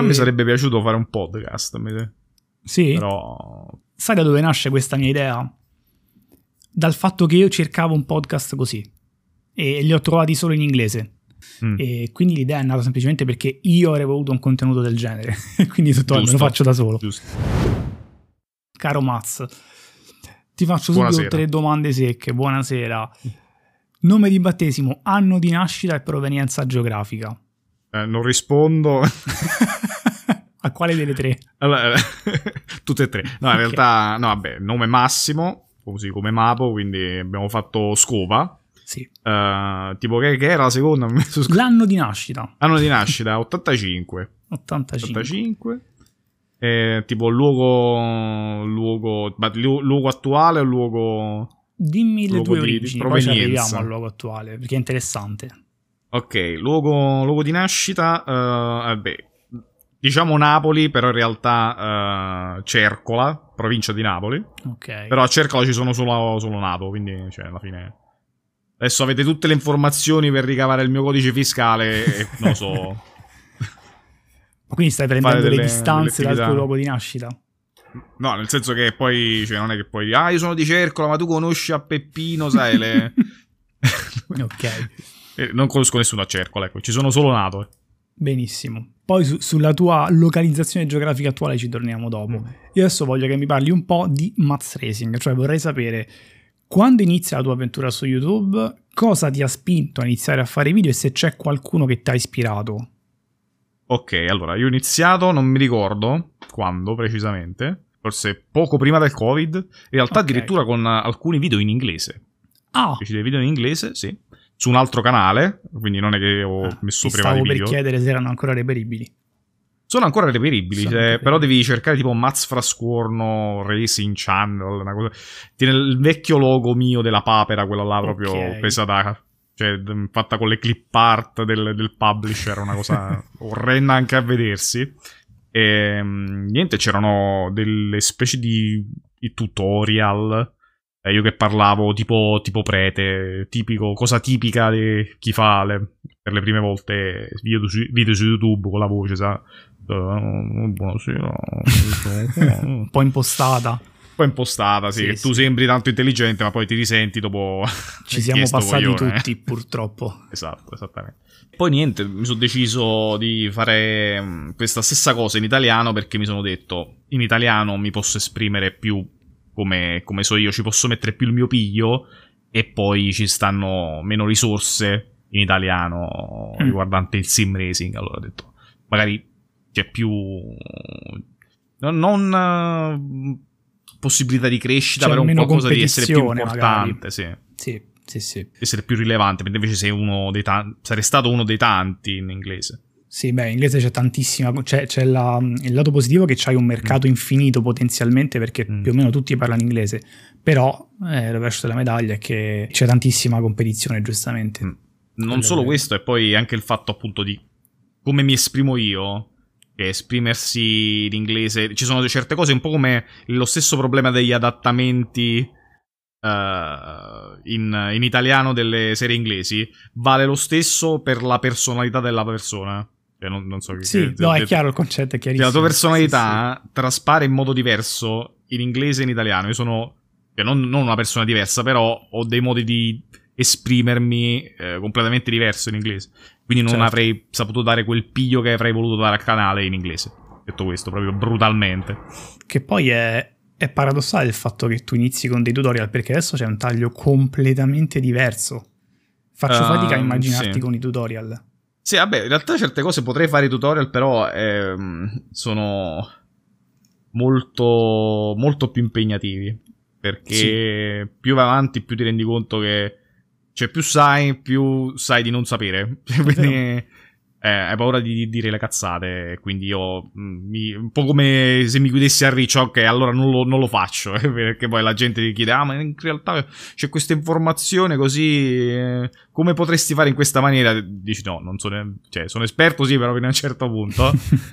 mi sarebbe piaciuto fare un podcast. Sì? Però... Sai da dove nasce questa mia idea? Dal fatto che io cercavo un podcast così e li ho trovati solo in inglese. E quindi l'idea è nata semplicemente perché io avrei voluto un contenuto del genere. Quindi tutto me lo faccio da solo. Giusto. Caro Maz, ti faccio subito 3 domande secche. Buonasera. Nome di battesimo, anno di nascita e provenienza geografica. Non rispondo. A quale delle 3? Allora, tutte e 3. No, in realtà, no, vabbè, nome Massimo, così come Mapo, quindi abbiamo fatto Scova. Sì. Tipo che era la seconda? L'anno di nascita. Anno di nascita, 85. 85. Tipo luogo attuale o luogo... Dimmi le tue origini, poi ci arriviamo provenienza. al luogo attuale, perché è interessante. Ok, luogo di nascita, vabbè, diciamo Napoli, però in realtà Cercola, provincia di Napoli. Ok. Però a Cercola ci sono solo nato, quindi cioè, alla fine... Adesso avete tutte le informazioni per ricavare il mio codice fiscale e non lo so... Quindi stai prendendo le distanze dal tuo luogo di nascita? No, nel senso che poi, cioè, non è che poi io sono di Cercola, ma tu conosci a Peppino, sai, Ok. Non conosco nessuno a Cercola, ecco, ci sono solo nato. Benissimo. Poi sulla tua localizzazione geografica attuale ci torniamo dopo. Io adesso voglio che mi parli un po' di Maz Racing, cioè vorrei sapere quando inizia la tua avventura su YouTube, cosa ti ha spinto a iniziare a fare video e se c'è qualcuno che ti ha ispirato. Ok, allora, io ho iniziato, non mi ricordo quando precisamente, forse poco prima del Covid, in realtà addirittura con alcuni video in inglese. Ah! Feci dei video in inglese, sì, su un altro canale, quindi non è che ho messo prima dei video. Stavo per chiedere se erano ancora reperibili. Sono ancora reperibili, però devi cercare tipo Maz Frascuorno Racing Channel, una cosa. Tiene il vecchio logo mio della papera, quella là proprio presa da... Cioè, fatta con le clip art del publisher, una cosa orrenda anche a vedersi. E niente, c'erano delle specie di tutorial. Io che parlavo tipo prete, cosa tipica di chi fa per le prime volte video su YouTube con la voce, sa? Buonasera. Un po' impostata. Un po' impostata, sì, che tu sembri tanto intelligente, ma poi ti risenti dopo. Ci siamo passati tutti, purtroppo. Esatto, esattamente. Poi niente, mi sono deciso di fare questa stessa cosa in italiano perché mi sono detto, in italiano mi posso esprimere più come so io, ci posso mettere più il mio piglio e poi ci stanno meno risorse in italiano riguardante il sim racing. Allora ho detto, magari c'è più... non possibilità di crescita, però un qualcosa di essere più importante, sì, essere più rilevante, mentre invece sei uno dei sarei stato uno dei tanti in inglese. Sì, beh, in inglese c'è tantissima, c'è il lato positivo che c'hai un mercato infinito potenzialmente perché più o meno tutti parlano inglese, però il rovescio della medaglia è che c'è tantissima competizione, giustamente. Non solo questo, e poi anche il fatto appunto di come mi esprimo io, che esprimersi in inglese, ci sono certe cose un po' come lo stesso problema degli adattamenti in italiano delle serie inglesi, vale lo stesso per la personalità della persona. Cioè, non so che... Sì, no, è chiaro, il concetto è chiarissimo. La tua personalità traspare in modo diverso in inglese e in italiano. Io sono non una persona diversa, però ho dei modi di esprimermi completamente diverso in inglese. Quindi non avrei saputo dare quel piglio che avrei voluto dare al canale in inglese. Detto questo, proprio brutalmente. Che poi è paradossale il fatto che tu inizi con dei tutorial, perché adesso c'è un taglio completamente diverso. Faccio fatica a immaginarti con i tutorial. Sì, vabbè, in realtà certe cose potrei fare i tutorial, però sono molto, molto più impegnativi. Perché più vai avanti, più ti rendi conto che... Cioè, più sai di non sapere. Quindi hai paura di dire le cazzate. Quindi io... un po' come se mi chiudessi a Riccio, ok, allora non lo faccio. Perché poi la gente ti chiede, ma in realtà c'è questa informazione così... come potresti fare in questa maniera? Dici, no, non sono... Cioè, sono esperto, sì, però fino a un certo punto.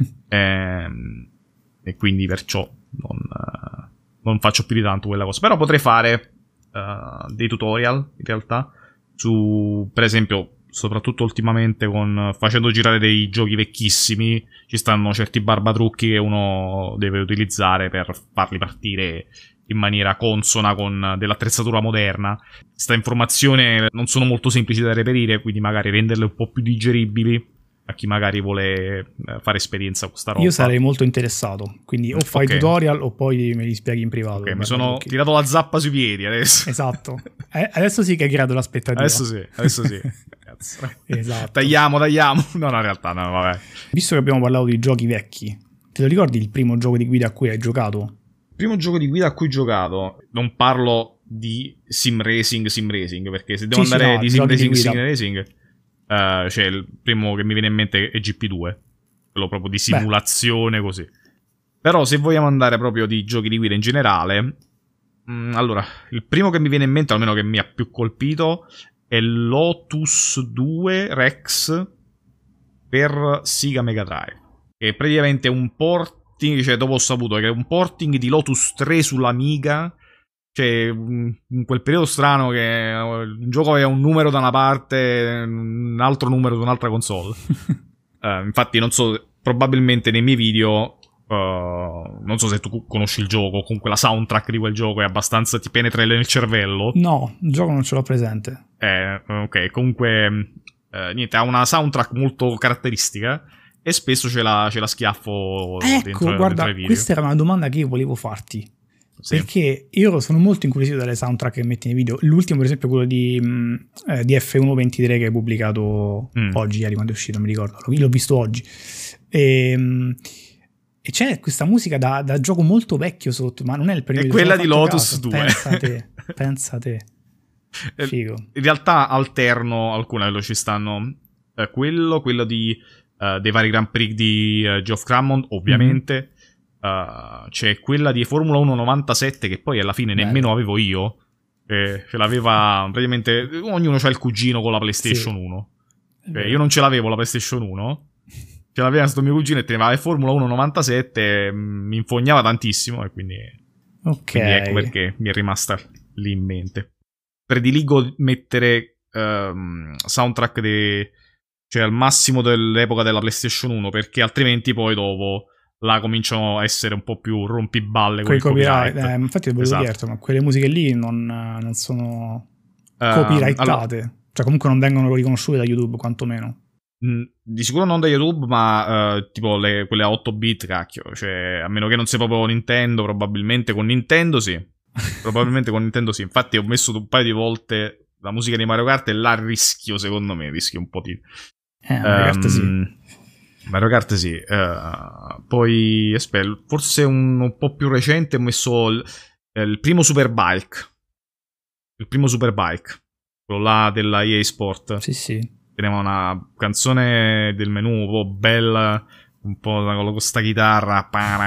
E quindi perciò non faccio più di tanto quella cosa. Però potrei fare dei tutorial, in realtà. Per esempio, soprattutto ultimamente facendo girare dei giochi vecchissimi, ci stanno certi barbatrucchi che uno deve utilizzare per farli partire in maniera consona con dell'attrezzatura moderna. Questa informazione non sono molto semplici da reperire, quindi magari renderle un po' più digeribili a chi magari vuole fare esperienza con sta roba. Io sarei molto interessato, quindi o fai tutorial o poi me li spieghi in privato. Ok, mi sono tirato la zappa sui piedi adesso. Esatto. Adesso sì che hai creato l'aspettativa. Adesso sì. Esatto. Tagliamo. No, in realtà no, vabbè. Visto che abbiamo parlato di giochi vecchi, te lo ricordi il primo gioco di guida a cui hai giocato? Il primo gioco di guida a cui ho giocato, non parlo di sim racing, perché se devo andare di sim racing, cioè il primo che mi viene in mente è GP2, quello proprio di simulazione. Così. Però se vogliamo andare proprio di giochi di guida in generale, allora, il primo che mi viene in mente, almeno che mi ha più colpito, è Lotus 2 Rex per Sega Mega Drive. Che è praticamente un porting, cioè dopo ho saputo che è un porting di Lotus 3 sull'Amiga. Cioè, in quel periodo strano che il gioco aveva un numero da una parte, un altro numero da un'altra console. Infatti, non so, probabilmente nei miei video, non so se tu conosci il gioco, comunque la soundtrack di quel gioco è abbastanza, ti penetra nel cervello. No, il gioco non ce l'ho presente. Ok, comunque, niente, ha una soundtrack molto caratteristica e spesso ce la schiaffo dentro, guarda, dentro i video. Questa era una domanda che io volevo farti. Sì. Perché io sono molto incuriosito dalle soundtrack che metti nei video. L'ultimo, per esempio, quello di F123 che hai pubblicato oggi, ieri, quando è uscito, non mi ricordo. L'ho visto oggi. E c'è questa musica da gioco molto vecchio sotto, ma non è il periodo. È quella di Lotus 2. Pensa te. Figo. In realtà alterno alcune, ci stanno quello dei vari Grand Prix di Geoff Crammond, ovviamente. C'è quella di Formula 1 97 che poi alla fine nemmeno avevo io, ce l'aveva praticamente ognuno c'ha il cugino con la PlayStation 1. Io non ce l'avevo la PlayStation 1, ce l'aveva sto mio cugino e teneva la Formula 1 97, mi infognava tantissimo e quindi ecco perché mi è rimasta lì in mente. Prediligo mettere soundtrack cioè al massimo dell'epoca della PlayStation 1, perché altrimenti poi dopo là cominciano a essere un po' più rompiballe con il copyright. Infatti volevo dirti, ma quelle musiche lì non sono copyrightate. Allora, cioè comunque non vengono riconosciute da YouTube, quantomeno. Di sicuro non da YouTube, ma tipo quelle a 8 bit, cacchio. Cioè, a meno che non sia proprio Nintendo, probabilmente con Nintendo sì. Infatti ho messo un paio di volte la musica di Mario Kart e là rischio, secondo me, un po' di... Mario Kart sì. Poi aspetta, forse un po' più recente ho messo il primo Superbike. Quello là della EA Sport. Sì. Teneva una canzone del menu un po' bella, un po' con questa chitarra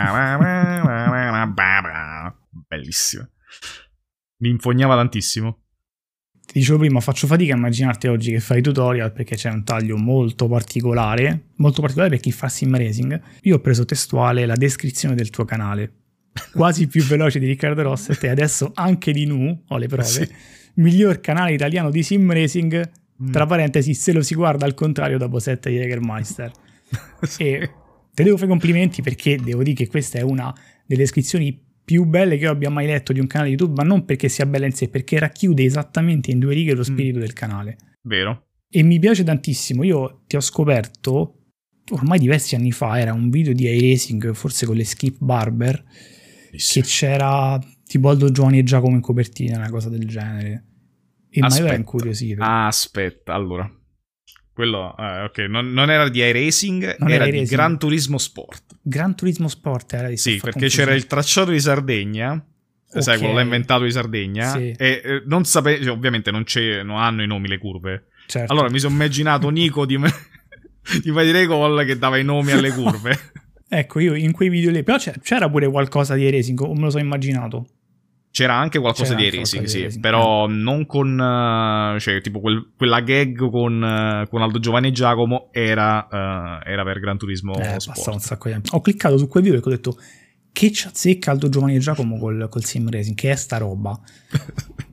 bellissima. Mi infognava tantissimo. Ti dicevo prima, faccio fatica a immaginarti oggi che fai tutorial perché c'è un taglio molto particolare per chi fa sim racing. Io ho preso testuale la descrizione del tuo canale, quasi più veloce di Riccardo Rosset e adesso anche di Nu, ho le prove, sì. Miglior canale italiano di sim racing, tra parentesi, se lo si guarda al contrario dopo 7 di Jägermeister. E te devo fare complimenti perché devo dire che questa è una delle descrizioni più belle che io abbia mai letto di un canale YouTube, ma non perché sia bella in sé, perché racchiude esattamente in 2 righe lo spirito del canale. Vero. E mi piace tantissimo. Io ti ho scoperto ormai diversi anni fa, era un video di iRacing, forse con le Skip Barber, che c'era tipo Aldo Giovanni e Giacomo in copertina, una cosa del genere. E mi aveva incuriosito. Aspetta, allora. Quello, ok, non era di iRacing, era di Gran Turismo Sport. Gran Turismo Sport era di Sì, perché c'era il tracciato di Sardegna, sai, quello l'ha inventato di Sardegna, sì. E non sapevo, cioè, ovviamente non hanno i nomi le curve. Certo. Allora mi sono immaginato Nico di Recall che dava i nomi alle curve. Ecco, io in quei video lì, però c'era pure qualcosa di iRacing, o me lo so immaginato? C'era anche qualcosa di iRacing, sì, però non con... cioè, tipo quella gag con Aldo Giovanni e Giacomo era per Gran Turismo Sport. Passa un sacco di tempo. Ho cliccato su quel video e ho detto, che c'azzecca Aldo Giovanni e Giacomo col sim racing, che è sta roba?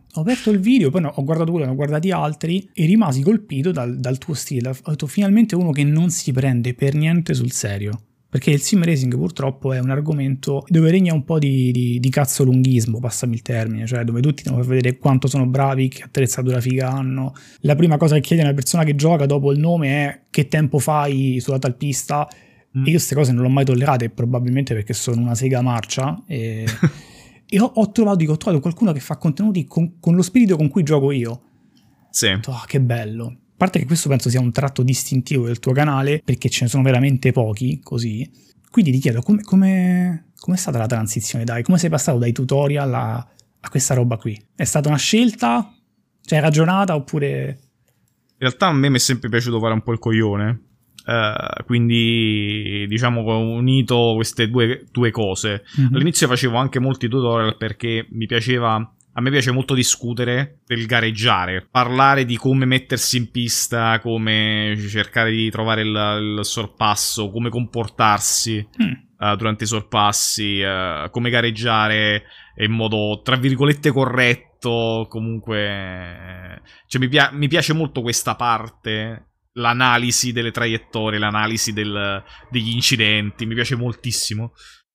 Ho aperto il video, poi ho guardato quello, ne ho guardati altri e rimasi colpito dal tuo stile. Ho detto finalmente uno che non si prende per niente sul serio. Perché il sim racing purtroppo è un argomento dove regna un po' di cazzolunghismo, passami il termine, cioè dove tutti devono far vedere quanto sono bravi, che attrezzatura figa hanno. La prima cosa che chiede una persona che gioca dopo il nome è che tempo fai sulla tal pista. E io queste cose non l'ho mai tollerate, probabilmente perché sono una sega marcia e... E ho trovato qualcuno che fa contenuti con lo spirito con cui gioco io. Sì. Che bello. A parte che questo penso sia un tratto distintivo del tuo canale, perché ce ne sono veramente pochi così. Quindi ti chiedo, com'è stata la transizione, dai? Come sei passato dai tutorial a questa roba qui? È stata una scelta? Cioè, ragionata oppure... In realtà a me mi è sempre piaciuto fare un po' il coglione. Quindi diciamo che ho unito queste due cose. All'inizio facevo anche molti tutorial perché a me piace molto discutere del gareggiare, parlare di come mettersi in pista, come cercare di trovare il sorpasso, come comportarsi durante i sorpassi, come gareggiare in modo tra virgolette corretto. Comunque cioè, mi piace molto questa parte, l'analisi delle traiettorie, l'analisi degli incidenti, mi piace moltissimo.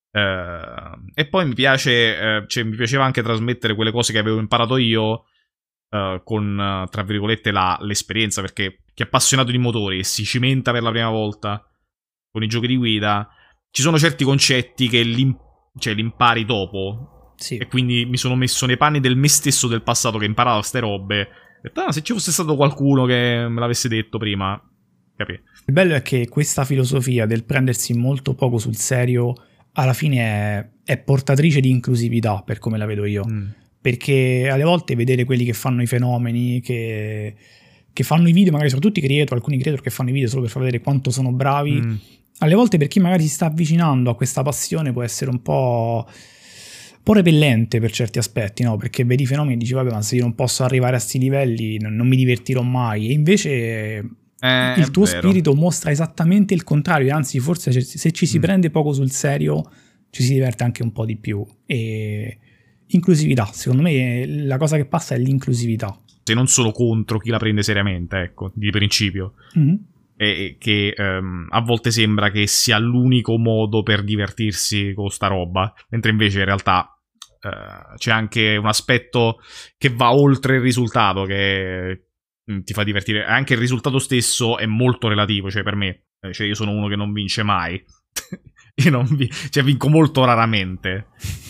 E poi mi piaceva anche trasmettere quelle cose che avevo imparato io con, tra virgolette, l'esperienza, perché chi è appassionato di motori e si cimenta per la prima volta con i giochi di guida, ci sono certi concetti che li impari dopo. Sì. E quindi mi sono messo nei panni del me stesso del passato che imparava ste robe. Se ci fosse stato qualcuno che me l'avesse detto prima, capì? Il bello è che questa filosofia del prendersi molto poco sul serio alla fine è portatrice di inclusività, per come la vedo io. Perché alle volte vedere quelli che fanno i fenomeni, che fanno i video, magari soprattutto alcuni creator che fanno i video solo per far vedere quanto sono bravi, alle volte per chi magari si sta avvicinando a questa passione può essere un po' repellente per certi aspetti, no? Perché vedi i fenomeni e dici, vabbè, ma se io non posso arrivare a sti livelli non mi divertirò mai. E invece il tuo spirito mostra esattamente il contrario, anzi forse se ci si prende poco sul serio ci si diverte anche un po' di più. E inclusività, secondo me la cosa che passa è l'inclusività. Se non solo contro chi la prende seriamente, ecco, di principio. E che a volte sembra che sia l'unico modo per divertirsi con sta roba, mentre invece in realtà c'è anche un aspetto che va oltre il risultato, che ti fa divertire. Anche il risultato stesso è molto relativo, cioè per me, cioè io sono uno che non vince mai. Io vinco molto raramente.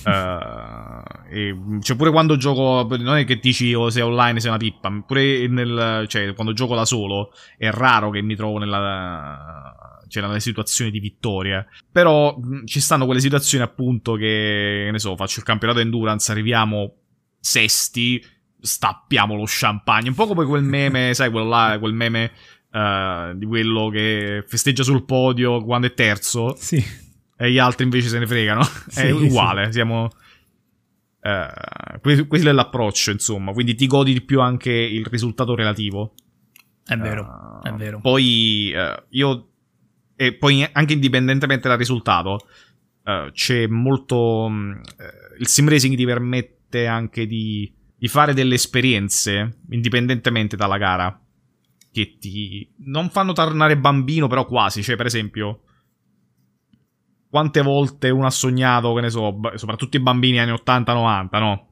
Cioè pure quando gioco, non è che dici se online sei una pippa, pure cioè quando gioco da solo è raro che mi trovo nelle situazioni di vittoria. Però ci stanno quelle situazioni appunto che ne so, faccio il campionato endurance, arriviamo sesti, stappiamo lo champagne, un po' come quel meme, sai, quello là, quel meme di quello che festeggia sul podio quando è terzo. Sì. E gli altri invece se ne fregano. Sì, è uguale, sì. Siamo... questo è l'approccio, insomma. Quindi ti godi di più anche il risultato relativo. È vero, è vero. Poi io... E poi anche indipendentemente dal risultato, c'è molto... il sim racing ti permette anche di fare delle esperienze, indipendentemente dalla gara, che ti... non fanno tornare bambino, però quasi. Cioè, per esempio... Quante volte uno ha sognato, che ne so, soprattutto i bambini anni 80-90, no?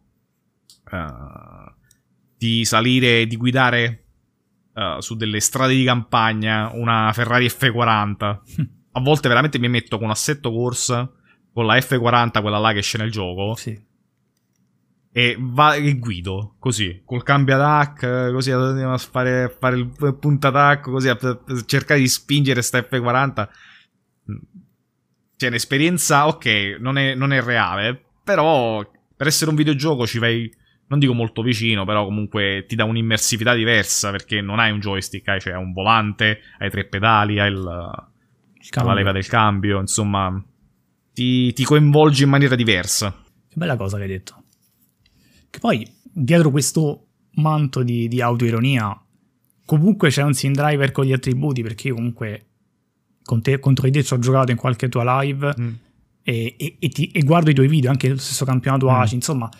Di salire, di guidare su delle strade di campagna una Ferrari F40. A volte veramente mi metto con un assetto corsa, con la F40, quella là che esce nel gioco. Sì. E guido, così, col cambio attacco, così, a fare il punto attacco, così, a cercare di spingere sta F40. Cioè, un'esperienza, ok, non è reale, però per essere un videogioco ci vai, non dico molto vicino, però comunque ti dà un'immersività diversa, perché non hai un joystick, cioè hai un volante, hai 3 pedali, hai la leva del cambio, insomma, ti coinvolgi in maniera diversa. Che bella cosa che hai detto. Che poi, dietro questo manto di autoironia, comunque c'è un sim driver con gli attributi, perché io comunque... contro di te ci ho giocato in qualche tua live e guardo i tuoi video, anche lo stesso campionato ACI, insomma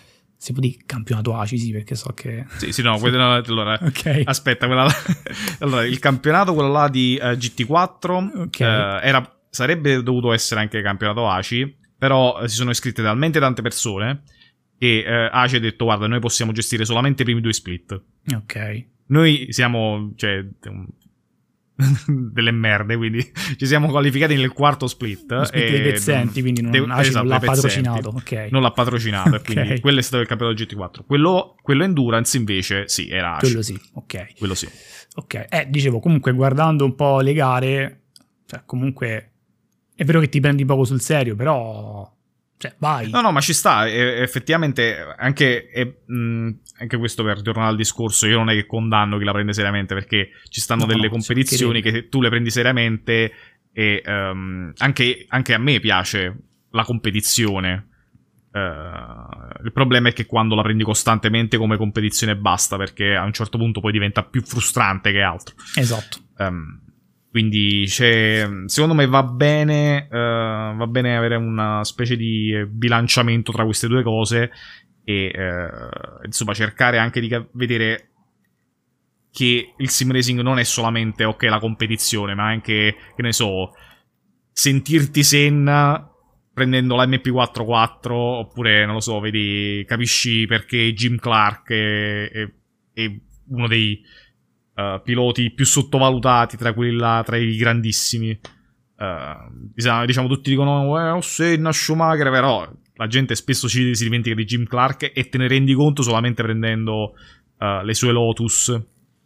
si può dire campionato ACI, sì, perché so che... Sì, no, allora, okay. Aspetta, allora, il campionato, quello là di GT4, okay. Sarebbe dovuto essere anche campionato ACI, però si sono iscritte talmente tante persone che ACI ha detto, guarda, noi possiamo gestire solamente i primi 2 split. Ok. Noi siamo, cioè, delle merde, quindi ci siamo qualificati nel 4º split. Lo split dei pezzenti, quindi ACI non l'ha patrocinato. Okay. Non l'ha patrocinato, okay. Quindi quello è stato il campionato GT4. Quello Endurance invece, sì, era ACI. Quello sì, ok. Quello sì. Ok, dicevo, comunque guardando un po' le gare, cioè comunque è vero che ti prendi poco sul serio, però... Cioè, vai. No, ma ci sta, effettivamente anche questo, per tornare al discorso, io non è che condanno chi la prende seriamente, perché ci stanno delle competizioni che tu le prendi seriamente e anche a me piace la competizione. Il problema è che quando la prendi costantemente come competizione basta, perché a un certo punto poi diventa più frustrante che altro. Esatto. Quindi secondo me va bene avere una specie di bilanciamento tra queste due cose e insomma cercare anche di vedere che il sim racing non è solamente la competizione, ma anche, che ne so, sentirti Senna prendendo la MP44, oppure non lo so, capisci perché Jim Clark è uno dei piloti più sottovalutati tra quelli là, tra i grandissimi. Diciamo tutti dicono Senna, Schumacher, però la gente spesso si dimentica di Jim Clark e te ne rendi conto solamente prendendo le sue Lotus.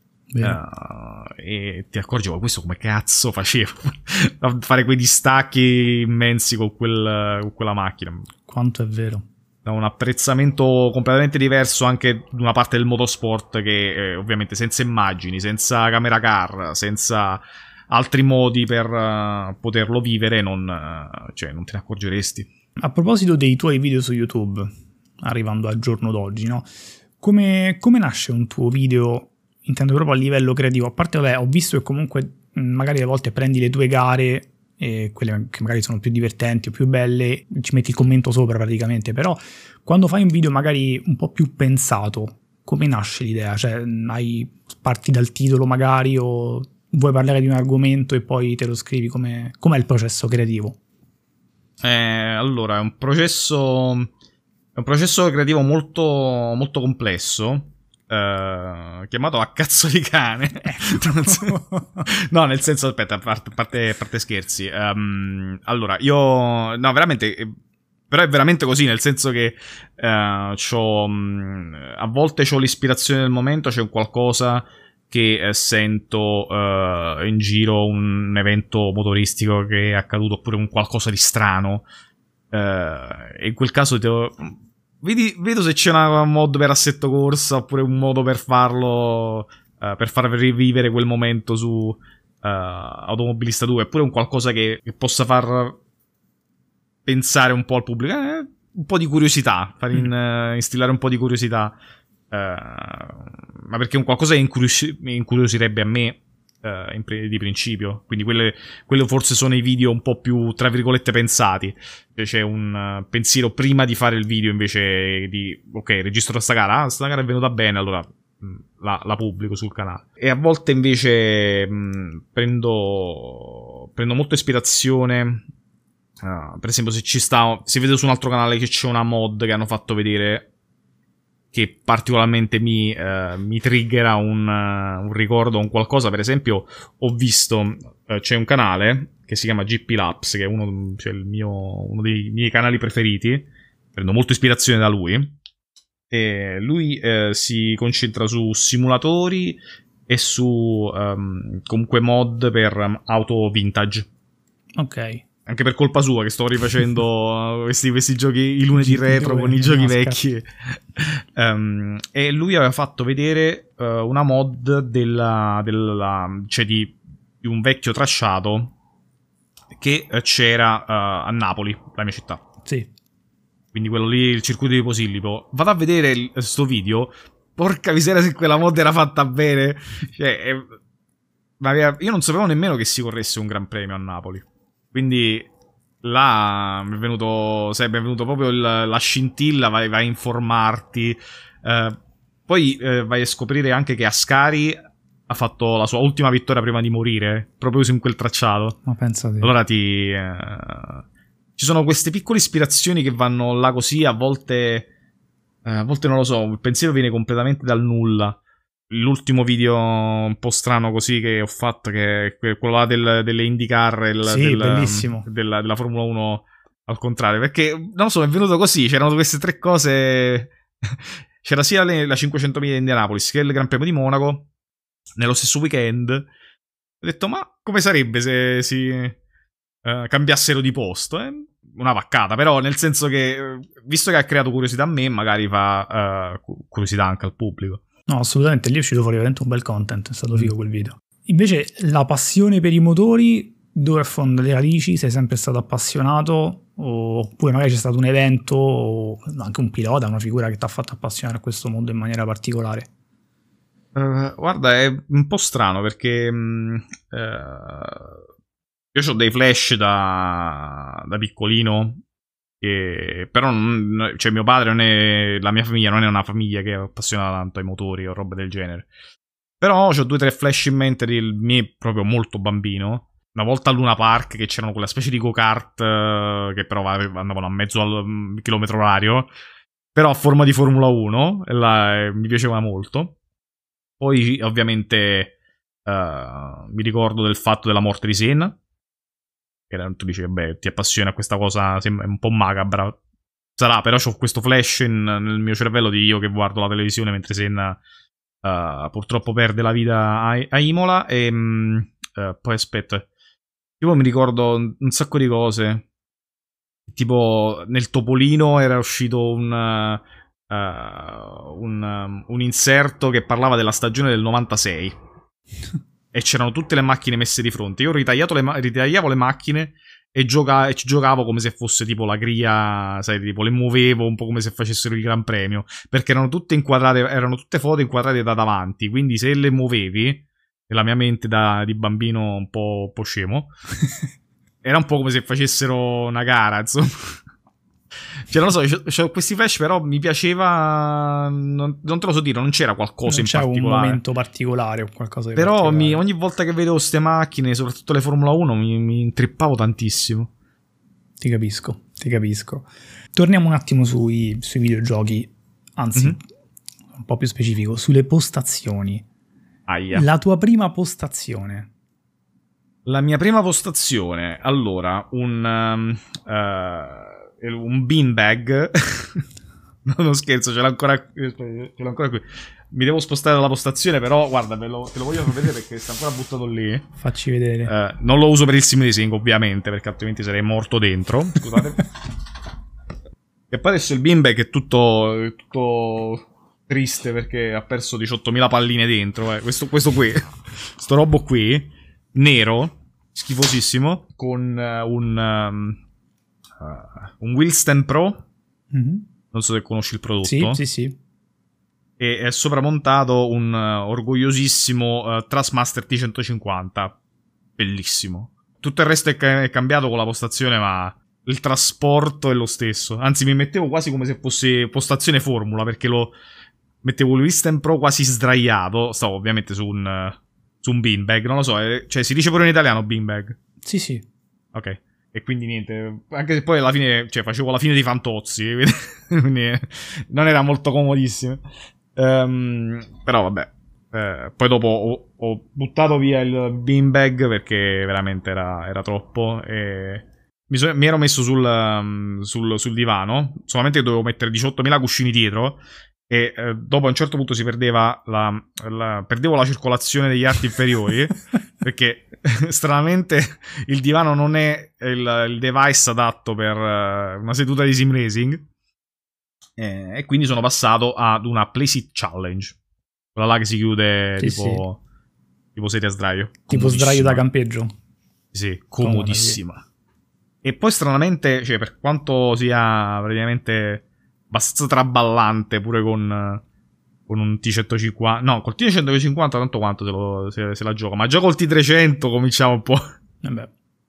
E ti accorgi, ma questo come cazzo facevo a fare quei distacchi immensi con quella macchina. Quanto è vero. Da un apprezzamento completamente diverso anche di una parte del motorsport che ovviamente senza immagini, senza camera car, senza altri modi per poterlo vivere non te ne accorgeresti. A proposito dei tuoi video su YouTube, arrivando al giorno d'oggi, no? Come nasce un tuo video, intendo proprio a livello creativo? A parte, vabbè, ho visto che comunque magari a volte prendi le tue gare, e quelle che magari sono più divertenti o più belle, ci metti il commento sopra praticamente, però quando fai un video magari un po' più pensato, come nasce l'idea? Cioè, parti dal titolo magari, o vuoi parlare di un argomento e poi te lo scrivi? Com'è il processo creativo? Allora, è un processo creativo molto, molto complesso, chiamato a cazzo di cane. No, nel senso, aspetta, a parte scherzi. Allora, no, veramente, però è veramente così, nel senso che a volte c'ho l'ispirazione del momento, c'è un qualcosa che sento in giro, un evento motoristico che è accaduto, oppure un qualcosa di strano, e in quel caso vedo se c'è una mod per assetto corsa, oppure un modo per farlo, per far rivivere quel momento su Automobilista 2, oppure un qualcosa che possa far pensare un po' al pubblico, un po' di curiosità, instillare un po' di curiosità, ma perché un qualcosa che incuriosirebbe a me di principio. Quindi quello forse sono i video un po' più, tra virgolette, pensati. C'è un pensiero prima di fare il video, invece di ok, registro sta gara, sta gara è venuta bene, allora la pubblico sul canale. E a volte invece prendo molto ispirazione. Per esempio, si vede su un altro canale che c'è una mod che hanno fatto vedere, che particolarmente mi triggera un ricordo, un qualcosa. Per esempio, ho visto, c'è un canale che si chiama GP Labs, che è uno dei miei canali preferiti, prendo molto ispirazione da lui, e lui si concentra su simulatori e su comunque mod per auto vintage. Ok. Anche per colpa sua che sto rifacendo questi giochi, i lunedì retro con i giochi vecchi. E lui aveva fatto vedere una mod cioè di un vecchio tracciato che c'era a Napoli, la mia città. Sì. Quindi quello lì, il circuito di Posillipo. Vado a vedere sto video. Porca miseria, se quella mod era fatta bene. Cioè, io non sapevo nemmeno che si corresse un Gran Premio a Napoli. Quindi là mi è venuto proprio la scintilla, vai a informarti. Poi vai a scoprire anche che Ascari ha fatto la sua ultima vittoria prima di morire, proprio in quel tracciato. Ma pensa te. Allora ci sono queste piccole ispirazioni che vanno là così, a volte non lo so, il pensiero viene completamente dal nulla. L'ultimo video un po' strano così che ho fatto, che è quello là delle IndyCar, bellissimo. della Formula 1 al contrario, perché non lo so, è venuto così, c'erano queste tre cose. C'era sia la 500 miglia di Indianapolis che il Gran Premio di Monaco nello stesso weekend. Ho detto, ma come sarebbe se si cambiassero di posto? Una vaccata, però nel senso che, visto che ha creato curiosità a me, magari fa curiosità anche al pubblico. No, assolutamente, lì è uscito fuori veramente un bel content, è stato figo quel video. Invece la passione per i motori, dove affonda le radici? Sei sempre stato appassionato? Oppure magari c'è stato un evento o anche un pilota, una figura che ti ha fatto appassionare a questo mondo in maniera particolare? Guarda, è un po' strano perché io ho dei flash da piccolino, però cioè mio padre non è, la mia famiglia non è una famiglia che è appassionata tanto ai motori o robe del genere. Però ho 2 o 3 flash in mente del me proprio molto bambino. Una volta a Luna Park che c'erano quella specie di go-kart che però andavano a mezzo al chilometro orario, però a forma di Formula 1, e là mi piaceva molto. Poi ovviamente mi ricordo del fatto della morte di Senna, che tu dici, beh, ti appassiona questa cosa, sembra un po' macabra. Sarà, però ho questo flash nel mio cervello di io che guardo la televisione mentre Senna purtroppo perde la vita a Imola. E poi aspetta, io mi ricordo un sacco di cose. Tipo nel Topolino era uscito un inserto che parlava della stagione del 96 e c'erano tutte le macchine messe di fronte. Io ritagliavo le macchine e ci giocavo come se fosse tipo la griglia, sai, tipo le muovevo un po' come se facessero il Gran Premio, perché erano tutte inquadrate, erano tutte foto inquadrate da davanti, quindi se le muovevi, nella mia mente di bambino un po' scemo, era un po' come se facessero una gara, insomma. Cioè, non lo so, c'ho questi flash, però mi piaceva. Non te lo so dire, non c'era qualcosa in particolare. Non c'è un momento particolare o qualcosa di però particolare. Ogni volta che vedevo queste macchine, soprattutto le Formula 1, mi intrippavo tantissimo. Ti capisco. Torniamo un attimo sui videogiochi, anzi, un po' più specifico, sulle postazioni. Aia. La tua prima postazione. La mia prima postazione, allora, un beanbag. Non scherzo, ce l'ho ancora qui. Mi devo spostare dalla postazione, però guarda, te lo voglio far vedere perché sta ancora buttato lì. Facci vedere. Non lo uso per il sim racing, ovviamente, perché altrimenti sarei morto dentro. Scusate. E poi adesso il beanbag è tutto triste perché ha perso 18.000 palline dentro. Questo qui, sto robo qui, nero, schifosissimo, con un Wheelstand Pro. Non so se conosci il prodotto. Sì. E è sopramontato un orgogliosissimo Trustmaster T150. Bellissimo. Tutto il resto è cambiato con la postazione, ma il trasporto è lo stesso. Anzi, mi mettevo quasi come se fosse postazione Formula, perché lo mettevo il Wheelstand Pro quasi sdraiato. Stavo ovviamente su un beanbag, non lo so. Cioè, si dice pure in italiano beanbag? Sì. Ok. E quindi niente, anche se poi alla fine, cioè, facevo la fine dei Fantozzi, quindi non era molto comodissimo. Però vabbè, poi dopo ho buttato via il beanbag perché veramente era troppo. E mi ero messo sul divano, solamente che dovevo mettere 18.000 cuscini dietro. E dopo a un certo punto si perdeva perdevo la circolazione degli arti inferiori perché stranamente il divano non è il device adatto per una seduta di sim racing, e quindi sono passato ad una Playseat Challenge, quella là che si chiude tipo sedia a sdraio, tipo sdraio da campeggio. Sì, comodissima. E poi stranamente, cioè, per quanto sia praticamente abbastanza traballante pure con un T150. No, col T150 tanto quanto se la gioca. Ma già col T300 cominciamo un po'. Vabbè.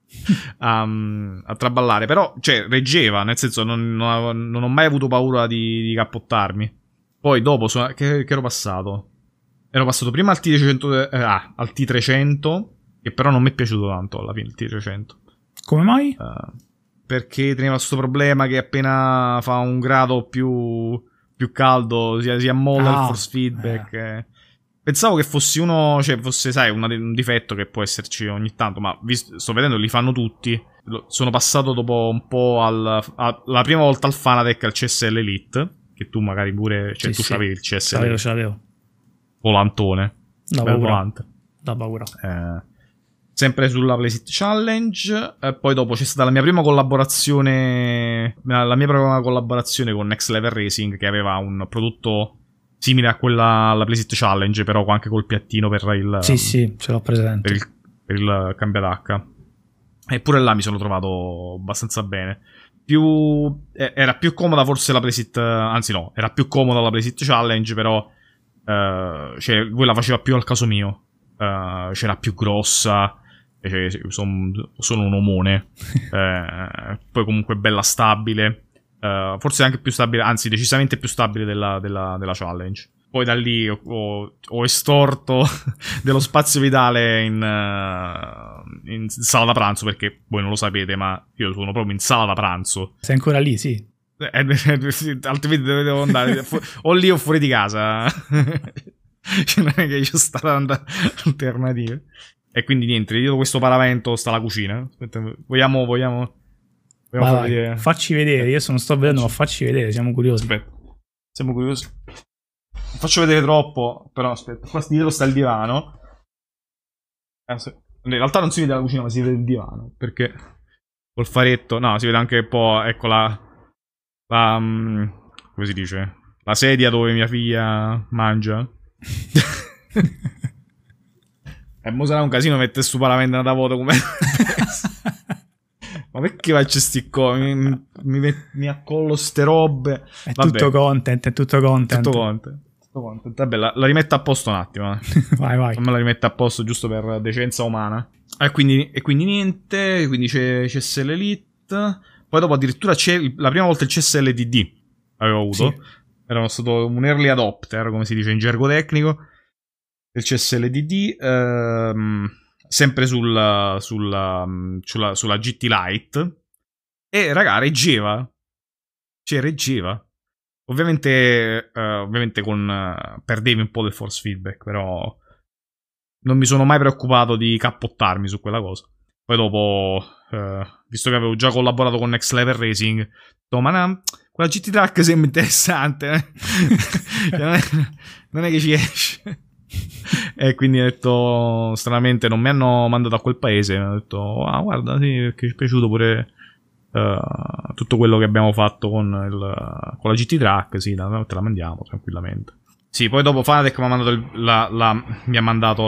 a traballare. Però, cioè, reggeva, nel senso, non ho mai avuto paura di cappottarmi. Poi dopo, che ero passato? Ero passato prima al al T300, che però non mi è piaciuto tanto alla fine il T300. Come mai? Perché teneva questo problema che appena fa un grado più caldo si ammolla il force feedback. Pensavo che fossi fosse, sai, un difetto che può esserci ogni tanto, ma sto vedendo li fanno tutti. Sono passato dopo un po' la prima volta al Fanatec al CSL Elite, che tu magari pure, cioè tu c'avevi il CSL. Ce l'avevo. Volantone. Da paura. Sempre sulla PlayStation Challenge. Poi dopo c'è stata la mia prima collaborazione con Next Level Racing, che aveva un prodotto simile a quella alla PlayStation Challenge, però anche col piattino per il... Sì, ce l'ho presente. Per il cambiadacca. Eppure là mi sono trovato abbastanza bene. Era più comoda forse la PlayStation... Anzi no, era più comoda la PlayStation Challenge, però... cioè, quella faceva più al caso mio. C'era più grossa. Sono un omone. Poi comunque bella stabile. Forse anche più stabile, anzi decisamente più stabile della Challenge. Poi da lì ho estorto dello spazio vitale in sala da pranzo, perché voi non lo sapete, ma io sono proprio in sala da pranzo. Sei ancora lì, sì. Altrimenti devo andare o lì o fuori di casa. Cioè, non è che io sto dando alternative. E quindi niente, dietro questo paravento sta la cucina. Aspetta, vogliamo vai, facci vedere. Io non sto vedendo, ma facci vedere, siamo curiosi. Aspetta, siamo curiosi. Non faccio vedere troppo, però aspetta, qua dietro sta il divano. In realtà non si vede la cucina, ma si vede il divano, perché col faretto, no, si vede anche un po', ecco come si dice? La sedia dove mia figlia mangia. E mo sarà un casino mettere su paravento da vuoto come... Ma perché faccio sti mi accollo ste robe? Vabbè. Tutto content. Vabbè, la rimetto a posto un attimo. Vai. Me la rimetto a posto giusto per decenza umana. E quindi niente. Quindi c'è CSL Elite. Poi dopo addirittura c'è la prima volta il CSL DD. Avevo avuto. Sì. Era stato un early adopter, come si dice in gergo tecnico. Il CSL DD. Sempre sulla GT Lite. E raga, reggeva. Ovviamente perdevi un po' del force feedback, però non mi sono mai preoccupato di cappottarmi su quella cosa. Poi dopo, visto che avevo già collaborato con Next Level Racing, ho detto, ma quella GT Track sembra interessante. Non è che ci esce. E quindi ho detto, stranamente non mi hanno mandato a quel paese. Mi hanno detto, guarda, sì, perché ci è piaciuto pure tutto quello che abbiamo fatto con la GT Track. Sì, te la mandiamo tranquillamente. Sì, poi dopo Fanatec mi ha mandato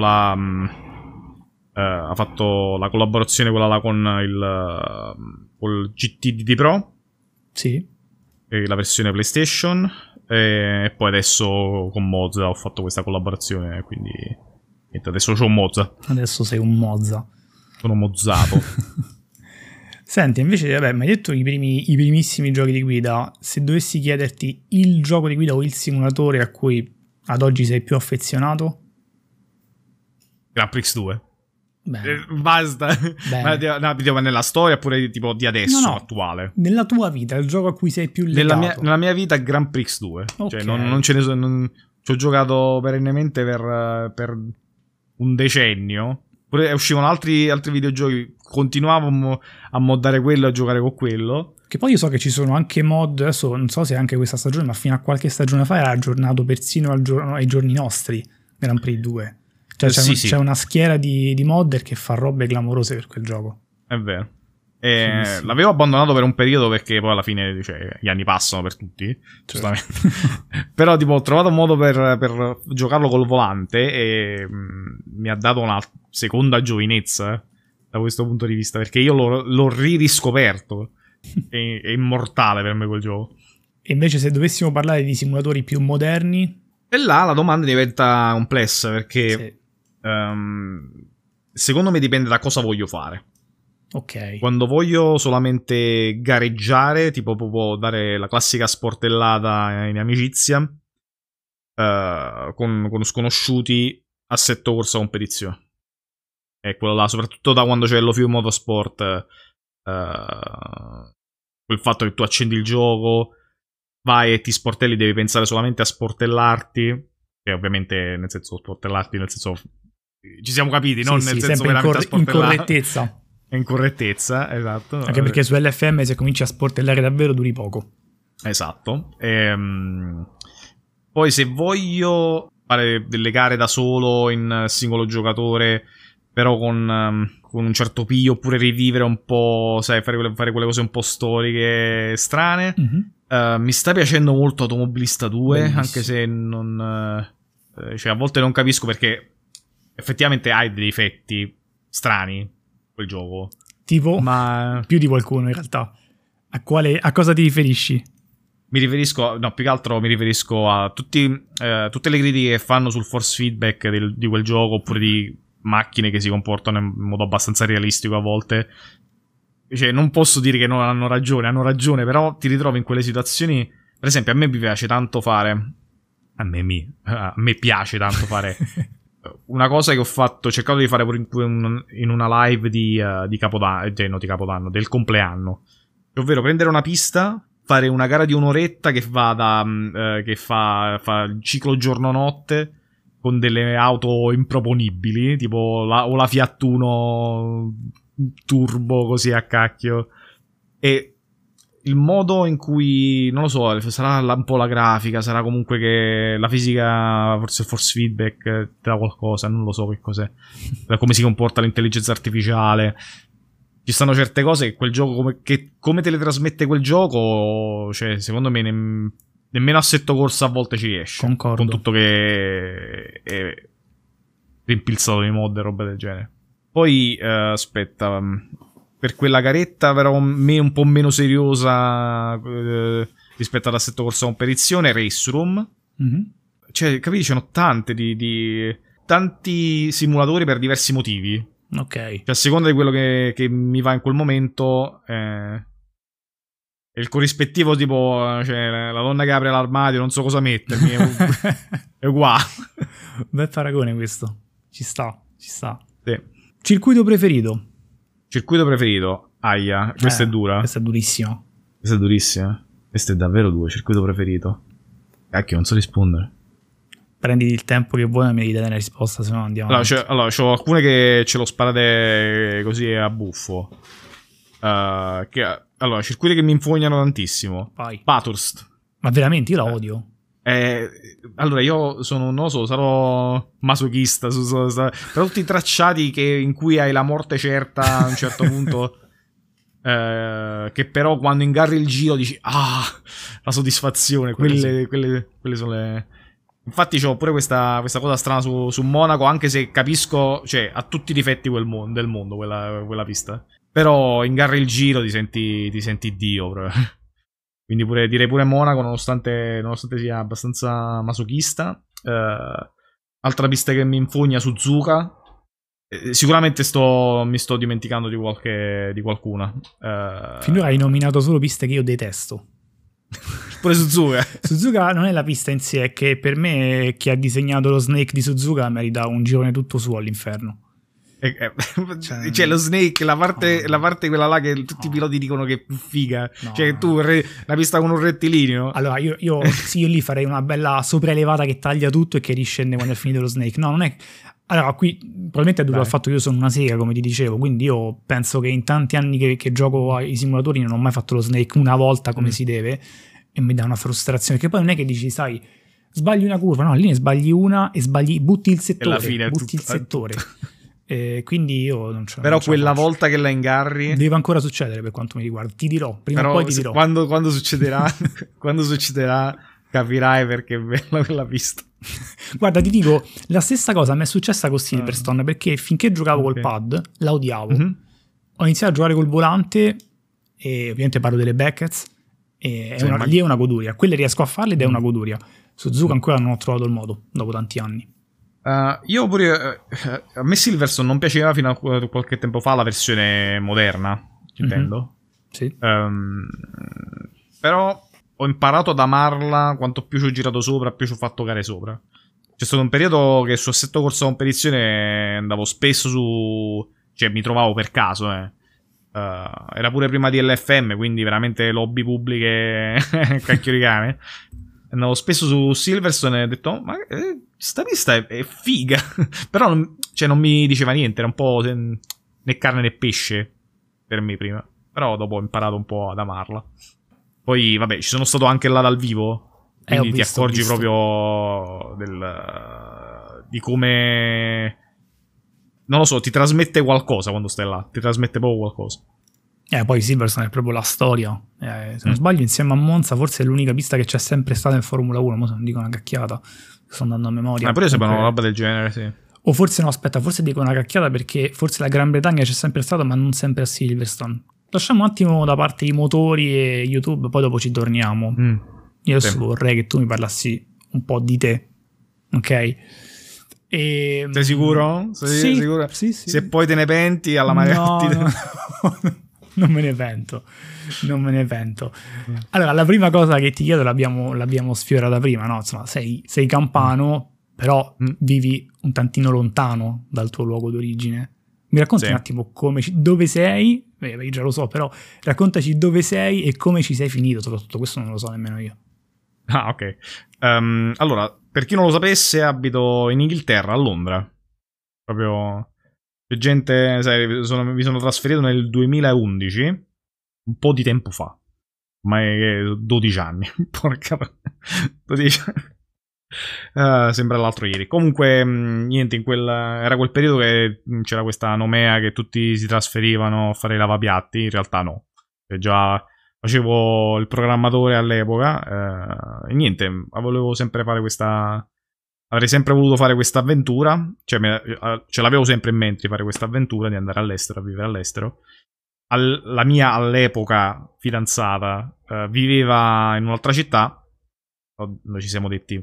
ha fatto la collaborazione quella là col GTDD Pro. Sì. E la versione PlayStation. E poi adesso con Mozza ho fatto questa collaborazione, quindi niente, adesso c'ho un Mozza. Adesso sei un Mozza. Sono mozzato. Senti, invece, vabbè, mi hai detto i primissimi giochi di guida. Se dovessi chiederti il gioco di guida o il simulatore a cui ad oggi sei più affezionato? Grand Prix 2. Bene. Basta. Bene. Ma nella storia oppure tipo di adesso, no, attuale? Nella tua vita, il gioco a cui sei più legato. Nella mia vita Grand Prix 2. Okay. Cioè non ce ne sono. Ci ho giocato perennemente per un decennio. Pure uscivano altri videogiochi. Continuavo a moddare quello e a giocare con quello. Che poi io so che ci sono anche mod. Adesso non so se anche questa stagione, ma fino a qualche stagione fa era aggiornato persino ai giorni nostri Grand Prix 2. Cioè c'è una schiera di modder che fa robe clamorose per quel gioco. È vero. Sì. L'avevo abbandonato per un periodo perché poi alla fine, cioè, gli anni passano per tutti, giustamente. Però tipo ho trovato un modo per giocarlo col volante e mi ha dato una seconda giovinezza da questo punto di vista, perché io l'ho riscoperto. È immortale per me quel gioco. E invece se dovessimo parlare di simulatori più moderni? E là la domanda diventa complessa perché... Sì. Secondo me dipende da cosa voglio fare. Ok. Quando voglio solamente gareggiare, tipo proprio dare la classica sportellata in amicizia, con sconosciuti, assetto corsa competizione. E quello là, soprattutto da quando c'è lo Few Motorsport, quel fatto che tu accendi il gioco, vai e ti sportelli, devi pensare solamente a sportellarti, che ovviamente nel senso sportellarti, nel senso ci siamo capiti, non nel senso veramente a sportellare. Incorrettezza. Incorrettezza, esatto. Anche perché su LFM se cominci a sportellare davvero duri poco. Esatto. Poi se voglio fare delle gare da solo in singolo giocatore, però con un certo piglio, oppure rivivere un po', sai, fare quelle cose un po' storiche strane, mi sta piacendo molto Automobilista 2. Bellissimo. Anche se non cioè a volte non capisco, perché effettivamente hai dei difetti strani quel gioco, tipo più di qualcuno in realtà. A cosa ti riferisci? Mi riferisco, no, più che altro mi riferisco a tutte le critiche che fanno sul force feedback di quel gioco, oppure di macchine che si comportano in modo abbastanza realistico a volte. Cioè, non posso dire che non hanno ragione, però ti ritrovi in quelle situazioni. Per esempio, a me mi piace tanto fare. A me piace tanto fare. Una cosa che ho cercato di fare in una live di Capodanno, del compleanno. Ovvero prendere una pista, fare una gara di un'oretta che va che fa il ciclo giorno-notte con delle auto improponibili, tipo o la Fiat Uno turbo così a cacchio. E il modo in cui, non lo so, sarà un po' la grafica, sarà comunque che la fisica, forse il force feedback dà qualcosa, non lo so che cos'è, come si comporta l'intelligenza artificiale. Ci stanno certe cose che quel gioco, come teletrasmette quel gioco, cioè secondo me nemmeno assetto corsa a volte ci riesce. Concordo. Con tutto che è rimpilzato di mod e roba del genere. Poi aspetta, per quella garetta però me un po' meno seriosa rispetto ad assetto corsa competizione, Race Room. Cioè, capisci, ci sono tanti simulatori per diversi motivi. Ok. Cioè, a seconda di quello che mi va in quel momento, il corrispettivo, tipo, cioè, la donna che apre l'armadio, non so cosa mettermi, è uguale. Bel paragone questo. Ci sta. Sì. Circuito preferito? Aia, questa è dura. Questa è durissima. Questo è davvero duro. Circuito preferito. Cacchio, non so rispondere. Prenditi il tempo che vuoi e mi dai una risposta, se no andiamo avanti. Allora, c'ho alcune che ce l'ho sparate così a buffo. Allora, circuiti che mi infognano tantissimo. Vai. Bathurst. Ma veramente, io la odio. Allora, io non lo so, sarò masochista però tutti i tracciati in cui hai la morte certa a un certo punto, che però quando ingarri il giro dici la soddisfazione, quelle sono le... Infatti c'ho pure questa cosa strana su Monaco, anche se capisco, cioè ha tutti i difetti del mondo quella pista, però ingarri il giro ti senti Dio proprio. Quindi direi pure Monaco, nonostante sia abbastanza masochista. Altra pista che mi infogna, Suzuka. Sicuramente mi sto dimenticando di qualcuna. Finora hai nominato solo piste che io detesto. Pure Suzuka. Suzuka non è la pista in sé, è che per me chi ha disegnato lo Snake di Suzuka merita un girone tutto suo all'inferno. Cioè lo Snake, la parte quella là che tutti i piloti dicono che è più figa, cioè tu la pista con un rettilineo. Allora io lì farei una bella sopraelevata che taglia tutto e che riscende quando è finito lo Snake. No, non è... Allora qui probabilmente è dovuto al fatto che io sono una sega, come ti dicevo, quindi io penso che in tanti anni che gioco ai simulatori non ho mai fatto lo Snake una volta come si deve, e mi dà una frustrazione, che poi non è che dici, sai, sbagli una curva, no, lì ne sbagli una e butti il settore, e alla fine butti il settore. Quindi io non ce la Però quella volta che la ingarri deve ancora succedere, per quanto mi riguarda. Ti dirò, prima o poi ti dirò. Quando succederà quando succederà capirai perché è bella quella pista. Guarda, ti dico, la stessa cosa mi è successa con Silverstone, perché finché giocavo col pad la odiavo. Ho iniziato a giocare col volante, e ovviamente parlo delle Beckett, e lì è una goduria. Quelle riesco a farle ed è una goduria. Suzuka ancora non ho trovato il modo, dopo tanti anni. Io pure a me Silverstone non piaceva fino a qualche tempo fa la versione moderna, intendo. Sì. Però ho imparato ad amarla quanto più ci ho girato sopra, più ci ho fatto gare sopra. C'è stato un periodo che su Assetto Corsa Competizione andavo spesso cioè mi trovavo per caso, era pure prima di LFM, quindi veramente lobby pubbliche cacchio di cane. Andavo spesso su Silverstone e ho detto, ma sta pista è figa. Però non mi diceva niente, era un po' né carne né pesce per me prima. Però dopo ho imparato un po' ad amarla. Poi vabbè, ci sono stato anche là dal vivo, quindi ti accorgi proprio di come, non lo so, ti trasmette qualcosa quando stai là, ti trasmette proprio qualcosa. Poi Silverstone è proprio la storia. Se non sbaglio, insieme a Monza, forse è l'unica pista che c'è sempre stata in Formula 1. Ma se non dico una cacchiata, sto andando a memoria. Ma pure sembra una roba del genere, sì. O forse no, aspetta, forse dico una cacchiata perché forse la Gran Bretagna c'è sempre stata, ma non sempre a Silverstone. Lasciamo un attimo da parte i motori e YouTube, poi dopo ci torniamo. Io adesso vorrei che tu mi parlassi un po' di te, ok? Sei sicuro? Sì, sicuro? Sì. Se poi te ne penti alla Mareotti. No. Non me ne pento. Allora, la prima cosa che ti chiedo l'abbiamo sfiorata prima, no? Insomma, sei campano, però vivi un tantino lontano dal tuo luogo d'origine. Mi racconti un attimo dove sei? Io già lo so, però raccontaci dove sei e come ci sei finito, soprattutto questo non lo so nemmeno io. Ah, ok. Allora, per chi non lo sapesse, abito in Inghilterra, a Londra. Proprio... C'è gente, sai, mi sono trasferito nel 2011, un po' di tempo fa. Ma è 12 anni. Porca... 12 anni. Sembra l'altro ieri. Comunque, niente, era quel periodo che c'era questa nomea che tutti si trasferivano a fare i lavapiatti. In realtà no. Già facevo il programmatore all'epoca. E niente, volevo sempre fare questa... Avrei sempre voluto fare questa avventura. Cioè, ce l'avevo sempre in mente di fare questa avventura, di andare all'estero, a vivere all'estero. La mia, all'epoca, fidanzata viveva in un'altra città. Noi ci siamo detti...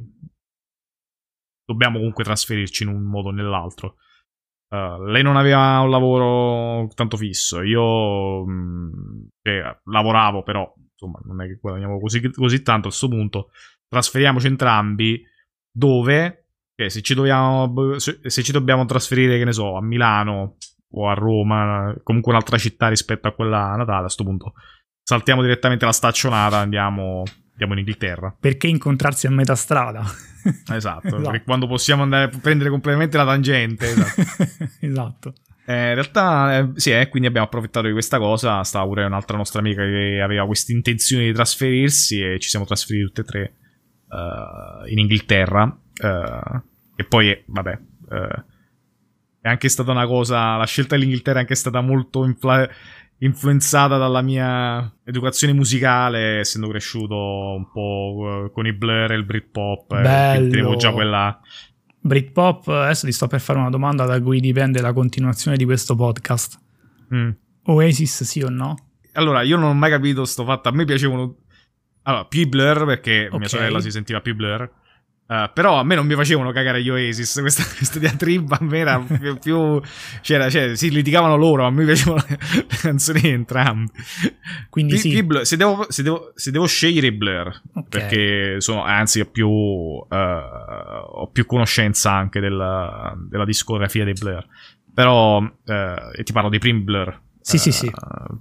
Dobbiamo comunque trasferirci in un modo o nell'altro. Lei non aveva un lavoro tanto fisso. Io lavoravo, però insomma non è che guadagnavo così tanto. A questo punto trasferiamoci entrambi. Dove? Se ci dobbiamo trasferire, che ne so, a Milano o a Roma, comunque un'altra città rispetto a quella natale, a questo punto saltiamo direttamente la staccionata, andiamo in Inghilterra. Perché incontrarsi a metà strada? Esatto. Perché quando possiamo andare a prendere completamente la tangente. Esatto. In realtà sì, quindi abbiamo approfittato di questa cosa. Stava pure un'altra nostra amica che aveva questa intenzione di trasferirsi e ci siamo trasferiti tutte e tre in Inghilterra. E poi vabbè, è anche stata una cosa, la scelta dell'Inghilterra è anche stata molto influenzata dalla mia educazione musicale, essendo cresciuto un po' con i Blur e il Britpop. Tenevo già quella... Britpop, adesso ti sto per fare una domanda da cui dipende la continuazione di questo podcast. Oasis sì o no? Allora, io non ho mai capito sto fatto. A me piacevano più i Blur, perché mia sorella si sentiva più Blur. Però a me non mi facevano cagare gli Oasis. Questa diatriba a me era più cioè, si litigavano loro, ma a me piacevano le canzoni di entrambi. Quindi sì. Blur, se devo scegliere i Blur, perché anzi ho più conoscenza anche della discografia dei Blur. Però ti parlo dei primi Blur. Sì.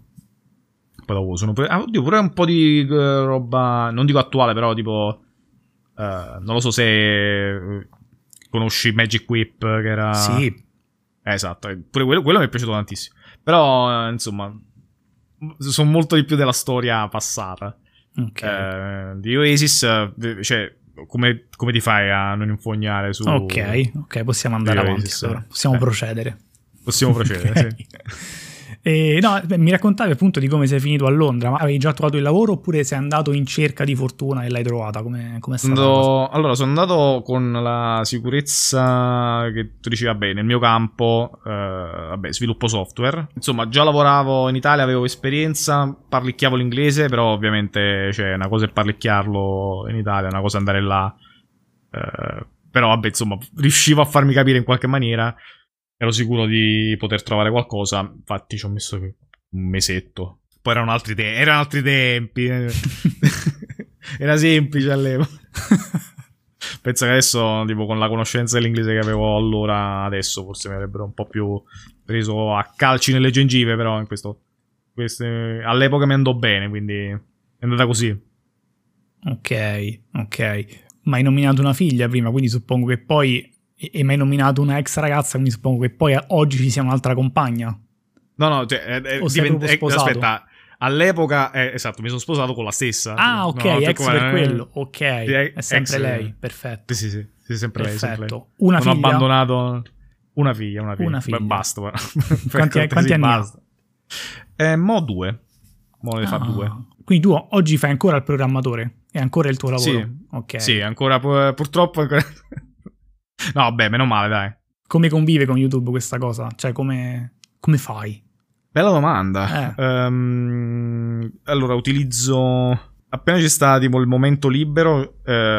Poi dopo sono pure un po' di roba, non dico attuale, però tipo non lo so se conosci Magic Whip, che era... Sì. Esatto, pure quello mi è piaciuto tantissimo. Però, insomma, sono molto di più della storia passata. Di Oasis, cioè, come ti fai a non infognare su... Ok, possiamo andare avanti. Possiamo procedere. Possiamo procedere, sì. Mi raccontavi appunto di come sei finito a Londra, ma avevi già trovato il lavoro oppure sei andato in cerca di fortuna e l'hai trovata? Com'è stata? Allora, sono andato con la sicurezza che tu dici, vabbè, nel mio campo, sviluppo software. Insomma, già lavoravo in Italia, avevo esperienza, parlicchiavo l'inglese, però ovviamente, cioè, una cosa è parlicchiarlo in Italia, una cosa è andare là. Però vabbè, insomma, riuscivo a farmi capire in qualche maniera. Ero sicuro di poter trovare qualcosa. Infatti ci ho messo un mesetto. Poi erano altri tempi. Era semplice all'epoca. Penso che adesso, tipo, con la conoscenza dell'inglese che avevo allora, adesso forse mi avrebbero un po' più preso a calci nelle gengive, però in questo all'epoca mi andò bene, quindi è andata così. Ok. Ma hai nominato una figlia prima, quindi suppongo che poi... E mi hai nominato una ex ragazza, quindi suppongo che poi oggi ci sia un'altra compagna. No, cioè... O sei proprio sposato? Aspetta... All'epoca, esatto, mi sono sposato con la stessa. Ah, ok, no, ex per quello. Ok, è sempre ex, lei, perfetto. Sì, sempre lei. Una figlia? Non ho abbandonato una figlia. Beh, basta. Quanti anni ha? Mo 2. Mo ne fa 2. Quindi tu oggi fai ancora il programmatore? È ancora il tuo lavoro? Sì, okay. Sì, ancora purtroppo ancora... No, vabbè, meno male, dai. Come convive con YouTube questa cosa? Cioè, come fai? Bella domanda. Allora, utilizzo... Appena ci sta tipo il momento libero,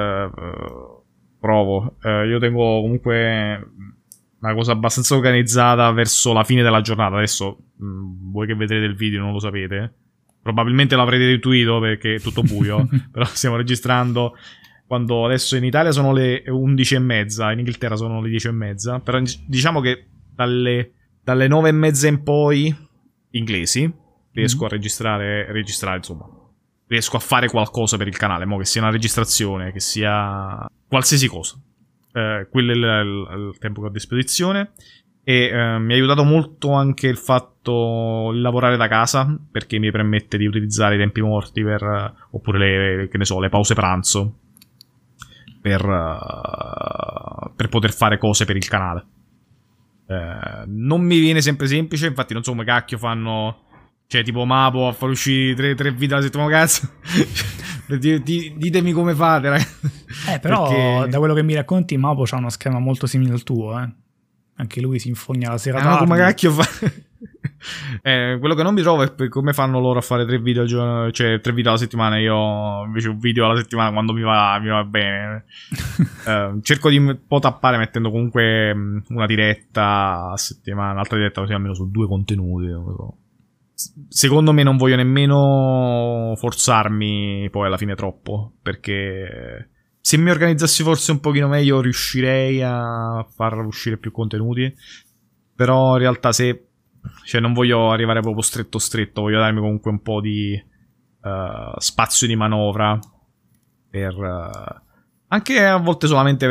provo. Io tengo comunque una cosa abbastanza organizzata verso la fine della giornata. Adesso, voi che vedrete il video non lo sapete. Probabilmente l'avrete intuito perché è tutto buio. Però stiamo registrando quando adesso in Italia sono le 11:30, in Inghilterra sono le 10:30. Però diciamo che dalle 9:30 in poi... inglesi, riesco a registrare, insomma, riesco a fare qualcosa per il canale, mo che sia una registrazione, che sia qualsiasi cosa. Quello è il tempo che ho a disposizione. E mi ha aiutato molto anche il fatto di lavorare da casa, perché mi permette di utilizzare i tempi morti oppure che ne so, le pause pranzo per poter fare cose per il canale. Non mi viene sempre semplice, infatti non so come cacchio fanno, cioè tipo Mapo a far uscire 3 video alla settimana, cazzo. Ditemi come fate, ragazzi. Però perché... da quello che mi racconti Mapo c'ha uno schema molto simile al tuo, Anche lui si infogna la sera tardi. Ma come cacchio fa? Quello che non mi trovo è come fanno loro a fare 3 video al giorno, cioè 3 video alla settimana. Io invece un video alla settimana quando mi va bene. Cerco di un po' tappare mettendo comunque una diretta a settimana, un'altra diretta così almeno su 2 contenuti. Secondo me non voglio nemmeno forzarmi poi alla fine troppo, perché se mi organizzassi forse un pochino meglio riuscirei a far uscire più contenuti. Però in realtà cioè non voglio arrivare proprio stretto, voglio darmi comunque un po' di spazio di manovra per anche a volte solamente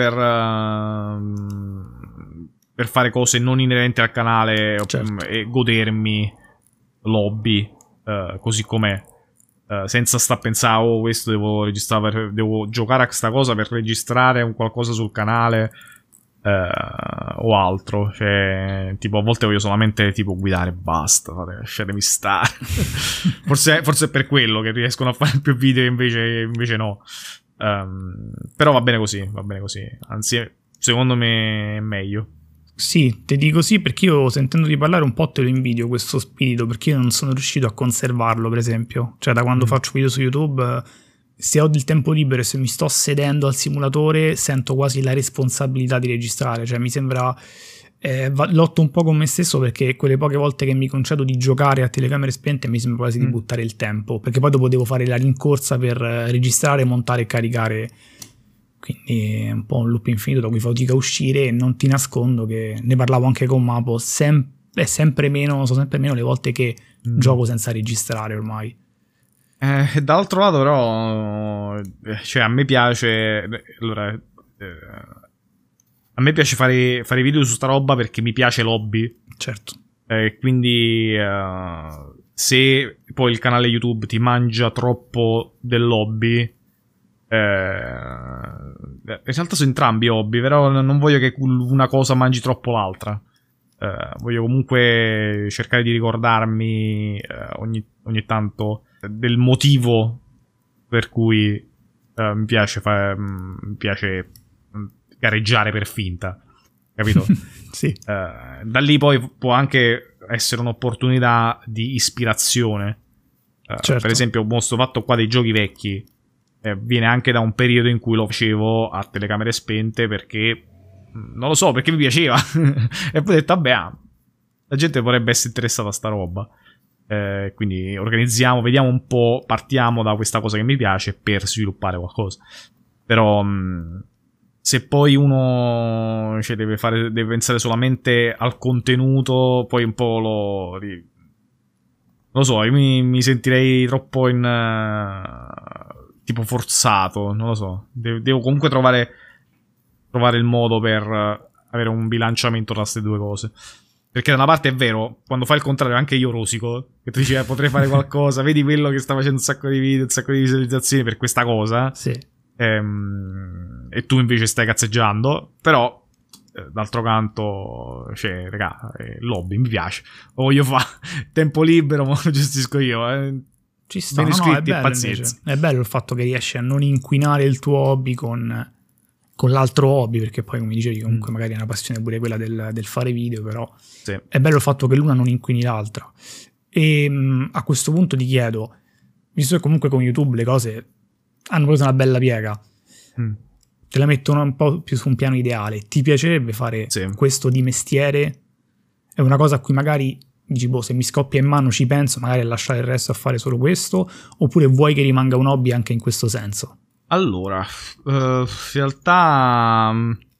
per fare cose non inerenti al canale, certo. E godermi l'hobby così com'è, senza sta a pensare questo devo registrare, devo giocare a questa cosa per registrare un qualcosa sul canale o altro. Cioè tipo a volte voglio solamente tipo guidare e basta, lasciatemi stare. forse è per quello che riescono a fare più video invece no. Però va bene così, anzi secondo me è meglio. Sì, ti dico sì perché io sentendo di parlare un po' te lo invidio questo spirito, perché io non sono riuscito a conservarlo, per esempio. Cioè da quando faccio video su YouTube, se ho del tempo libero e se mi sto sedendo al simulatore sento quasi la responsabilità di registrare. Cioè mi sembra lotto un po' con me stesso, perché quelle poche volte che mi concedo di giocare a telecamere spente mi sembra quasi di buttare il tempo, perché poi dopo devo fare la rincorsa per registrare, montare e caricare. Quindi è un po' un loop infinito da cui fatica a uscire, e non ti nascondo che ne parlavo anche con Mapo, sono sempre meno le volte che gioco senza registrare ormai. Dall'altro lato però, cioè a me piace, allora, a me piace fare video su sta roba perché mi piace l'hobby. Certo. Quindi se poi il canale YouTube ti mangia troppo dell'hobby, in realtà sono entrambi hobby, però non voglio che una cosa mangi troppo l'altra. Voglio comunque cercare di ricordarmi ogni tanto del motivo per cui mi piace gareggiare per finta, capito? Sì. Da lì poi può anche essere un'opportunità di ispirazione. Certo. Per esempio, ho fatto qua dei giochi vecchi. viene anche da un periodo in cui lo facevo a telecamere spente perché, non lo so, perché mi piaceva. E poi ho detto, vabbè, la gente vorrebbe essere interessata a sta roba. Quindi organizziamo, vediamo un po', partiamo da questa cosa che mi piace per sviluppare qualcosa. Però se poi uno deve pensare solamente al contenuto, poi un po' lo so, io mi sentirei troppo tipo forzato, non lo so. Devo comunque trovare il modo per avere un bilanciamento tra queste due cose. Perché da una parte è vero, quando fai il contrario anche io rosico, che tu dici potrei fare qualcosa, vedi quello che sta facendo un sacco di video, un sacco di visualizzazioni per questa cosa, sì. E tu invece stai cazzeggiando, però d'altro canto, cioè, raga, l'hobby mi piace, lo voglio fare, tempo libero, ma lo gestisco io. Ci sta, ben iscritti e pazienza. È bello il fatto che riesci a non inquinare il tuo hobby con l'altro hobby, perché poi, come dicevi, comunque magari è una passione pure quella del fare video, però sì. È bello il fatto che l'una non inquini l'altra. E a questo punto ti chiedo, visto che comunque con YouTube le cose hanno preso una bella piega, te la mettono un po' più su un piano ideale, ti piacerebbe fare questo di mestiere? È una cosa a cui magari dici, se mi scoppia in mano ci penso, magari a lasciare il resto a fare solo questo, oppure vuoi che rimanga un hobby anche in questo senso? Allora, in realtà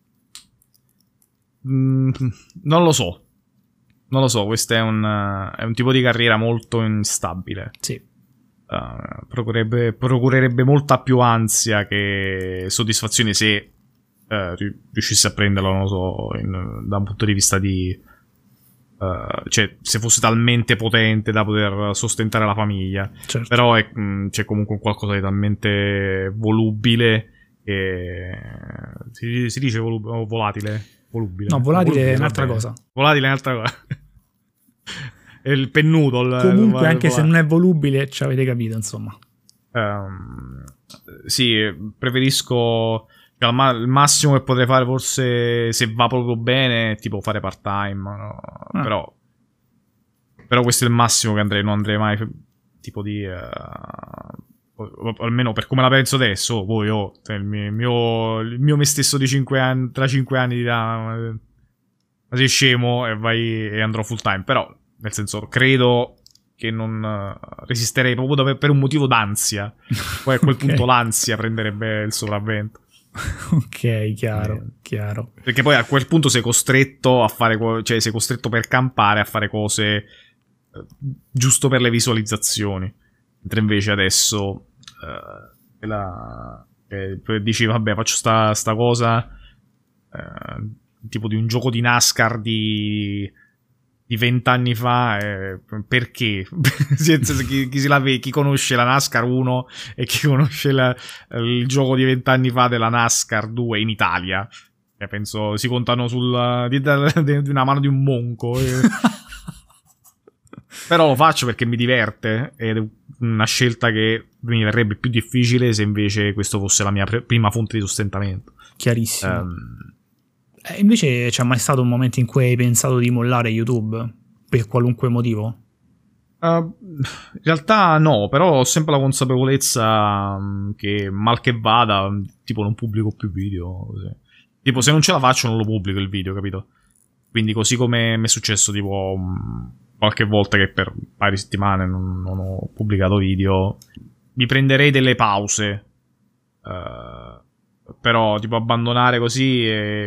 non lo so. Questo è un tipo di carriera molto instabile. Sì. Procurerebbe molta più ansia che soddisfazione se riuscissi a prenderlo, non lo so, da un punto di vista di cioè se fosse talmente potente da poter sostentare la famiglia. Certo. Però c'è comunque qualcosa di talmente volubile che si dice volatile? Volubile? No, volatile è un'altra cosa. Volatile è un'altra cosa. È il pennuto. Comunque anche se non è volubile ci avete capito, insomma. Sì, preferisco il massimo che potrei fare forse, se va proprio bene, è tipo fare part time, no? Però questo è il massimo che non andrei mai, tipo di almeno per come la penso adesso. Poi il mio me stesso di 5 anni, tra 5 anni dirà ma sei scemo e vai e andrò full time. Però nel senso, credo che non resisterei proprio per un motivo d'ansia. Poi a quel punto l'ansia prenderebbe il sopravvento. Ok, chiaro. Perché poi a quel punto sei costretto a fare, cioè sei costretto per campare a fare cose giusto per le visualizzazioni. Mentre invece adesso dici vabbè, faccio sta cosa tipo di un gioco di NASCAR di 20 anni fa, perché? Chi conosce la NASCAR 1 e chi conosce il gioco di 20 anni fa della NASCAR 2 in Italia, penso si contano di una mano di un monco. Però lo faccio perché mi diverte ed è una scelta che mi verrebbe più difficile se invece questo fosse la mia prima fonte di sostentamento. Chiarissimo. Invece c'è mai stato un momento in cui hai pensato di mollare YouTube per qualunque motivo? In realtà no, però ho sempre la consapevolezza che mal che vada, tipo non pubblico più video, così. Tipo se non ce la faccio non lo pubblico il video, capito? Quindi così come mi è successo tipo qualche volta che per un paio di settimane non ho pubblicato video, mi prenderei delle pause. Però tipo abbandonare così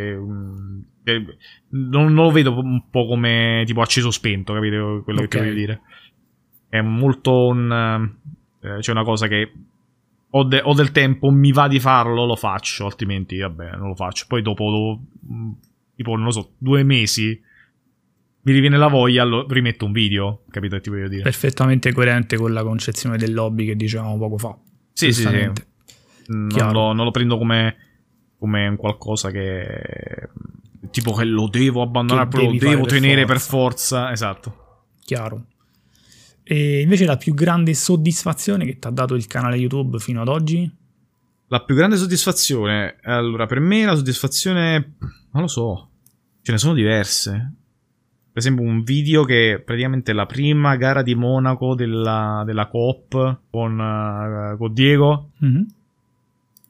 non lo vedo un po' come tipo acceso spento, capito quello che ti voglio dire? È molto c'è una cosa che ho del tempo, mi va di farlo, lo faccio, altrimenti vabbè non lo faccio. Poi dopo tipo non lo so 2 mesi mi riviene la voglia, rimetto un video, capito che ti voglio dire? Perfettamente coerente con la concezione del hobby che dicevamo poco fa. Sì. Non lo prendo come un qualcosa che tipo che lo devo abbandonare, lo devo tenere per forza. Esatto. Chiaro. E invece la più grande soddisfazione che ti ha dato il canale YouTube fino ad oggi? La più grande soddisfazione? Allora, per me la soddisfazione, non lo so, ce ne sono diverse. Per esempio un video che praticamente è la prima gara di Monaco della Coop con Diego.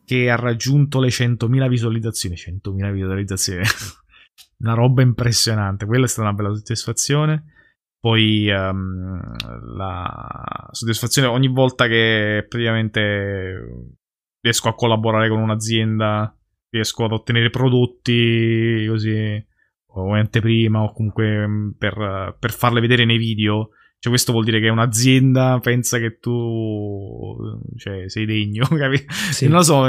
che ha raggiunto le 100.000 visualizzazioni. 100.000 visualizzazioni. Una roba impressionante. Quella è stata una bella soddisfazione. Poi la soddisfazione ogni volta che praticamente riesco a collaborare con un'azienda, riesco ad ottenere prodotti così, o anteprima, o comunque per farle vedere nei video. Cioè, questo vuol dire che un'azienda pensa che tu, cioè, sei degno, capi? Sì. Non lo so,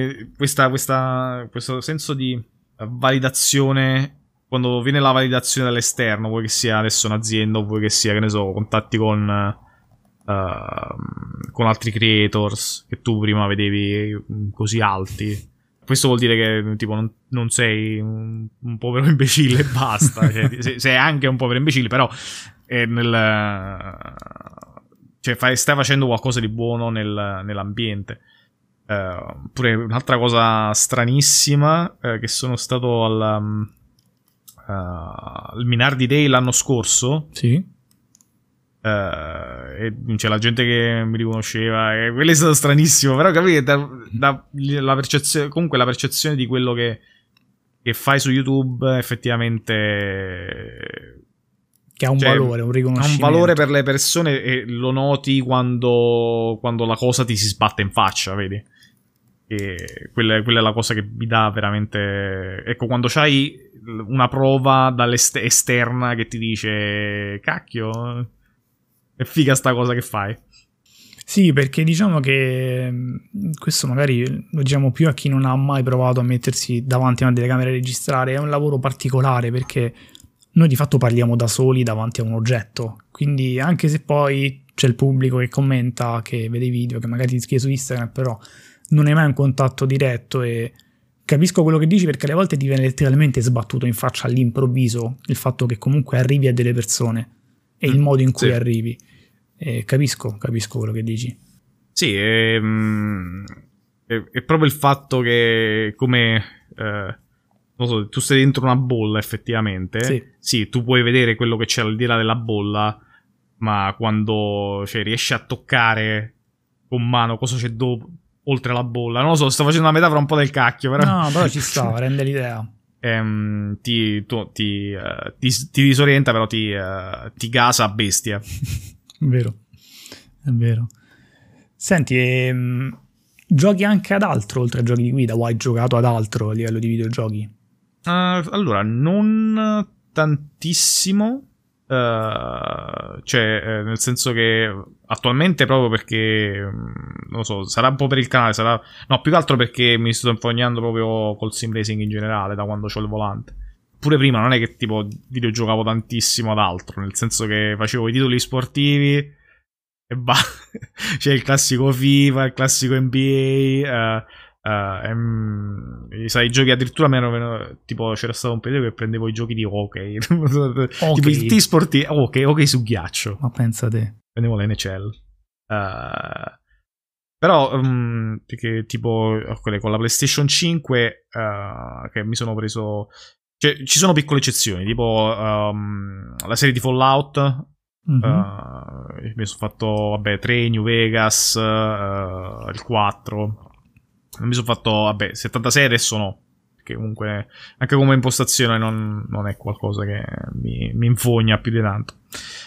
questo senso di validazione, quando viene la validazione dall'esterno, vuoi che sia adesso un'azienda o vuoi che sia, che ne so, contatti con altri creators che tu prima vedevi così alti. Questo vuol dire che tipo non sei un povero imbecille e basta. Cioè, sei anche un povero imbecille, però cioè stai facendo qualcosa di buono nell'ambiente. Pure un'altra cosa stranissima, che sono stato al Minardi Day l'anno scorso. Sì. E c'è la gente che mi riconosceva, e quello è stato stranissimo, però capite la percezione, comunque la percezione di quello che fai su YouTube effettivamente, che ha un valore, un riconoscimento, ha un valore per le persone, e lo noti quando la cosa ti si sbatte in faccia, vedi? E quella è la cosa che mi dà veramente, ecco, quando c'hai una prova esterna che ti dice cacchio, è figa sta cosa che fai. Sì, perché diciamo che questo magari lo diciamo più a chi non ha mai provato a mettersi davanti a una telecamera e registrare. È un lavoro particolare, perché noi di fatto parliamo da soli davanti a un oggetto, quindi anche se poi c'è il pubblico che commenta, che vede i video, che magari ti scrive su Instagram, però non hai mai un contatto diretto. E capisco quello che dici, perché alle volte ti viene letteralmente sbattuto in faccia all'improvviso il fatto che comunque arrivi a delle persone e il modo in cui arrivi. Capisco quello che dici. Sì, è proprio il fatto che, come non so, tu sei dentro una bolla effettivamente. Sì, tu puoi vedere quello che c'è al di là della bolla, ma quando, cioè, riesci a toccare con mano cosa c'è oltre la bolla, non lo so, sto facendo una metafora un po' del cacchio, però no, però ci sta, rende l'idea. Ti disorienta, però ti gasa a bestia. Vero, è vero. Senti, giochi anche ad altro oltre a giochi di guida, o hai giocato ad altro a livello di videogiochi? Allora, non tantissimo, cioè, nel senso che attualmente, proprio perché non lo so, sarà un po' per il canale, no, più che altro perché mi sto infognando proprio col sim racing in generale da quando c'ho il volante. Pure prima non è che tipo videogiocavo tantissimo ad altro, nel senso che facevo i titoli sportivi e c'è il classico FIFA, il classico NBA, sai, i giochi addirittura tipo c'era stato un periodo che prendevo i giochi di hockey. Tipo i T sportivi, hockey su ghiaccio. Ma pensa te. Prendevo l'NCL. Però perché tipo con la PlayStation 5 che mi sono preso, cioè, ci sono piccole eccezioni, tipo la serie di Fallout. Mi sono fatto, vabbè, 3, New Vegas, il 4. Non mi sono fatto, vabbè, 76 adesso no, perché comunque anche come impostazione non è qualcosa che mi infogna più di tanto.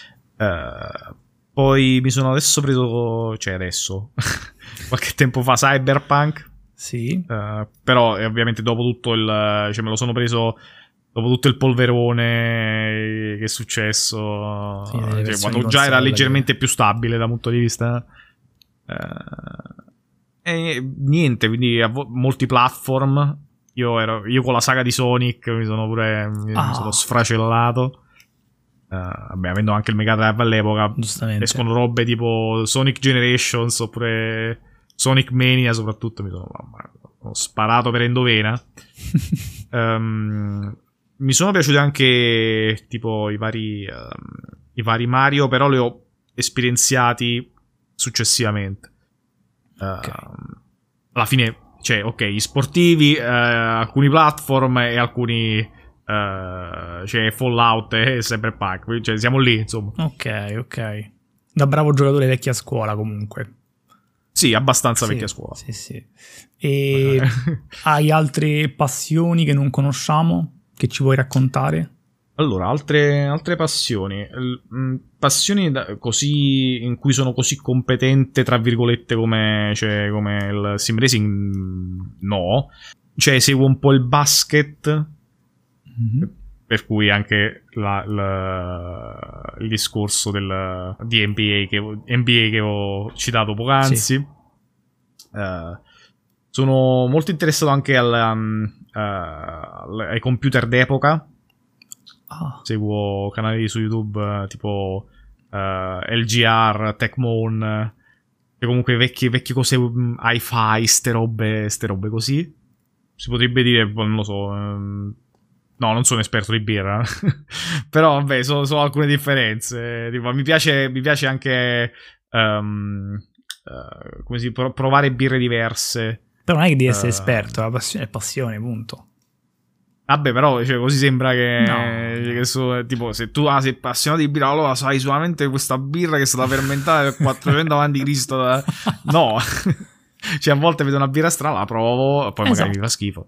Poi mi sono adesso preso, cioè adesso, qualche tempo fa, Cyberpunk. Sì. Però ovviamente dopo tutto cioè me lo sono preso dopo tutto il polverone che è successo, cioè, quando già era leggermente più stabile da punto di vista, e niente, quindi multiplatform. Io con la saga di Sonic mi sono sfracellato, vabbè, avendo anche il Mega Drive all'epoca, escono robe tipo Sonic Generations oppure Sonic Mania, soprattutto ho sparato per endovena. Mi sono piaciuti anche tipo i vari Mario, però li ho esperienziati successivamente. Alla fine, cioè, ok, gli sportivi, alcuni platform e alcuni cioè Fallout e Cyberpunk, cioè siamo lì, insomma. Ok. Da bravo giocatore vecchia scuola, comunque. Sì, abbastanza Sì, vecchia scuola. sì. E hai altre passioni che non conosciamo, che ci vuoi raccontare? Allora, altre passioni. Passioni così, in cui sono così competente, tra virgolette, come il sim racing, no. Cioè, seguo un po' il basket, per cui anche il discorso di NBA che ho citato poc'anzi. Sì. Sono molto interessato anche ai computer d'epoca. Seguo canali su YouTube tipo LGR, Tecmon, e comunque vecchie cose, hi-fi, ste robe così. Si potrebbe dire, non lo so. No, non sono esperto di birra. Però vabbè, sono alcune differenze. Tipo, mi piace anche come si provare birre diverse. Però non è che devi essere esperto, la passione è passione, punto. Vabbè, però cioè, così sembra che tipo, se tu sei appassionato di birra, allora sai solamente questa birra che è stata fermentata nel 400 a.C. No. Cioè, a volte vedo una birra strana, la provo, poi magari mi fa schifo.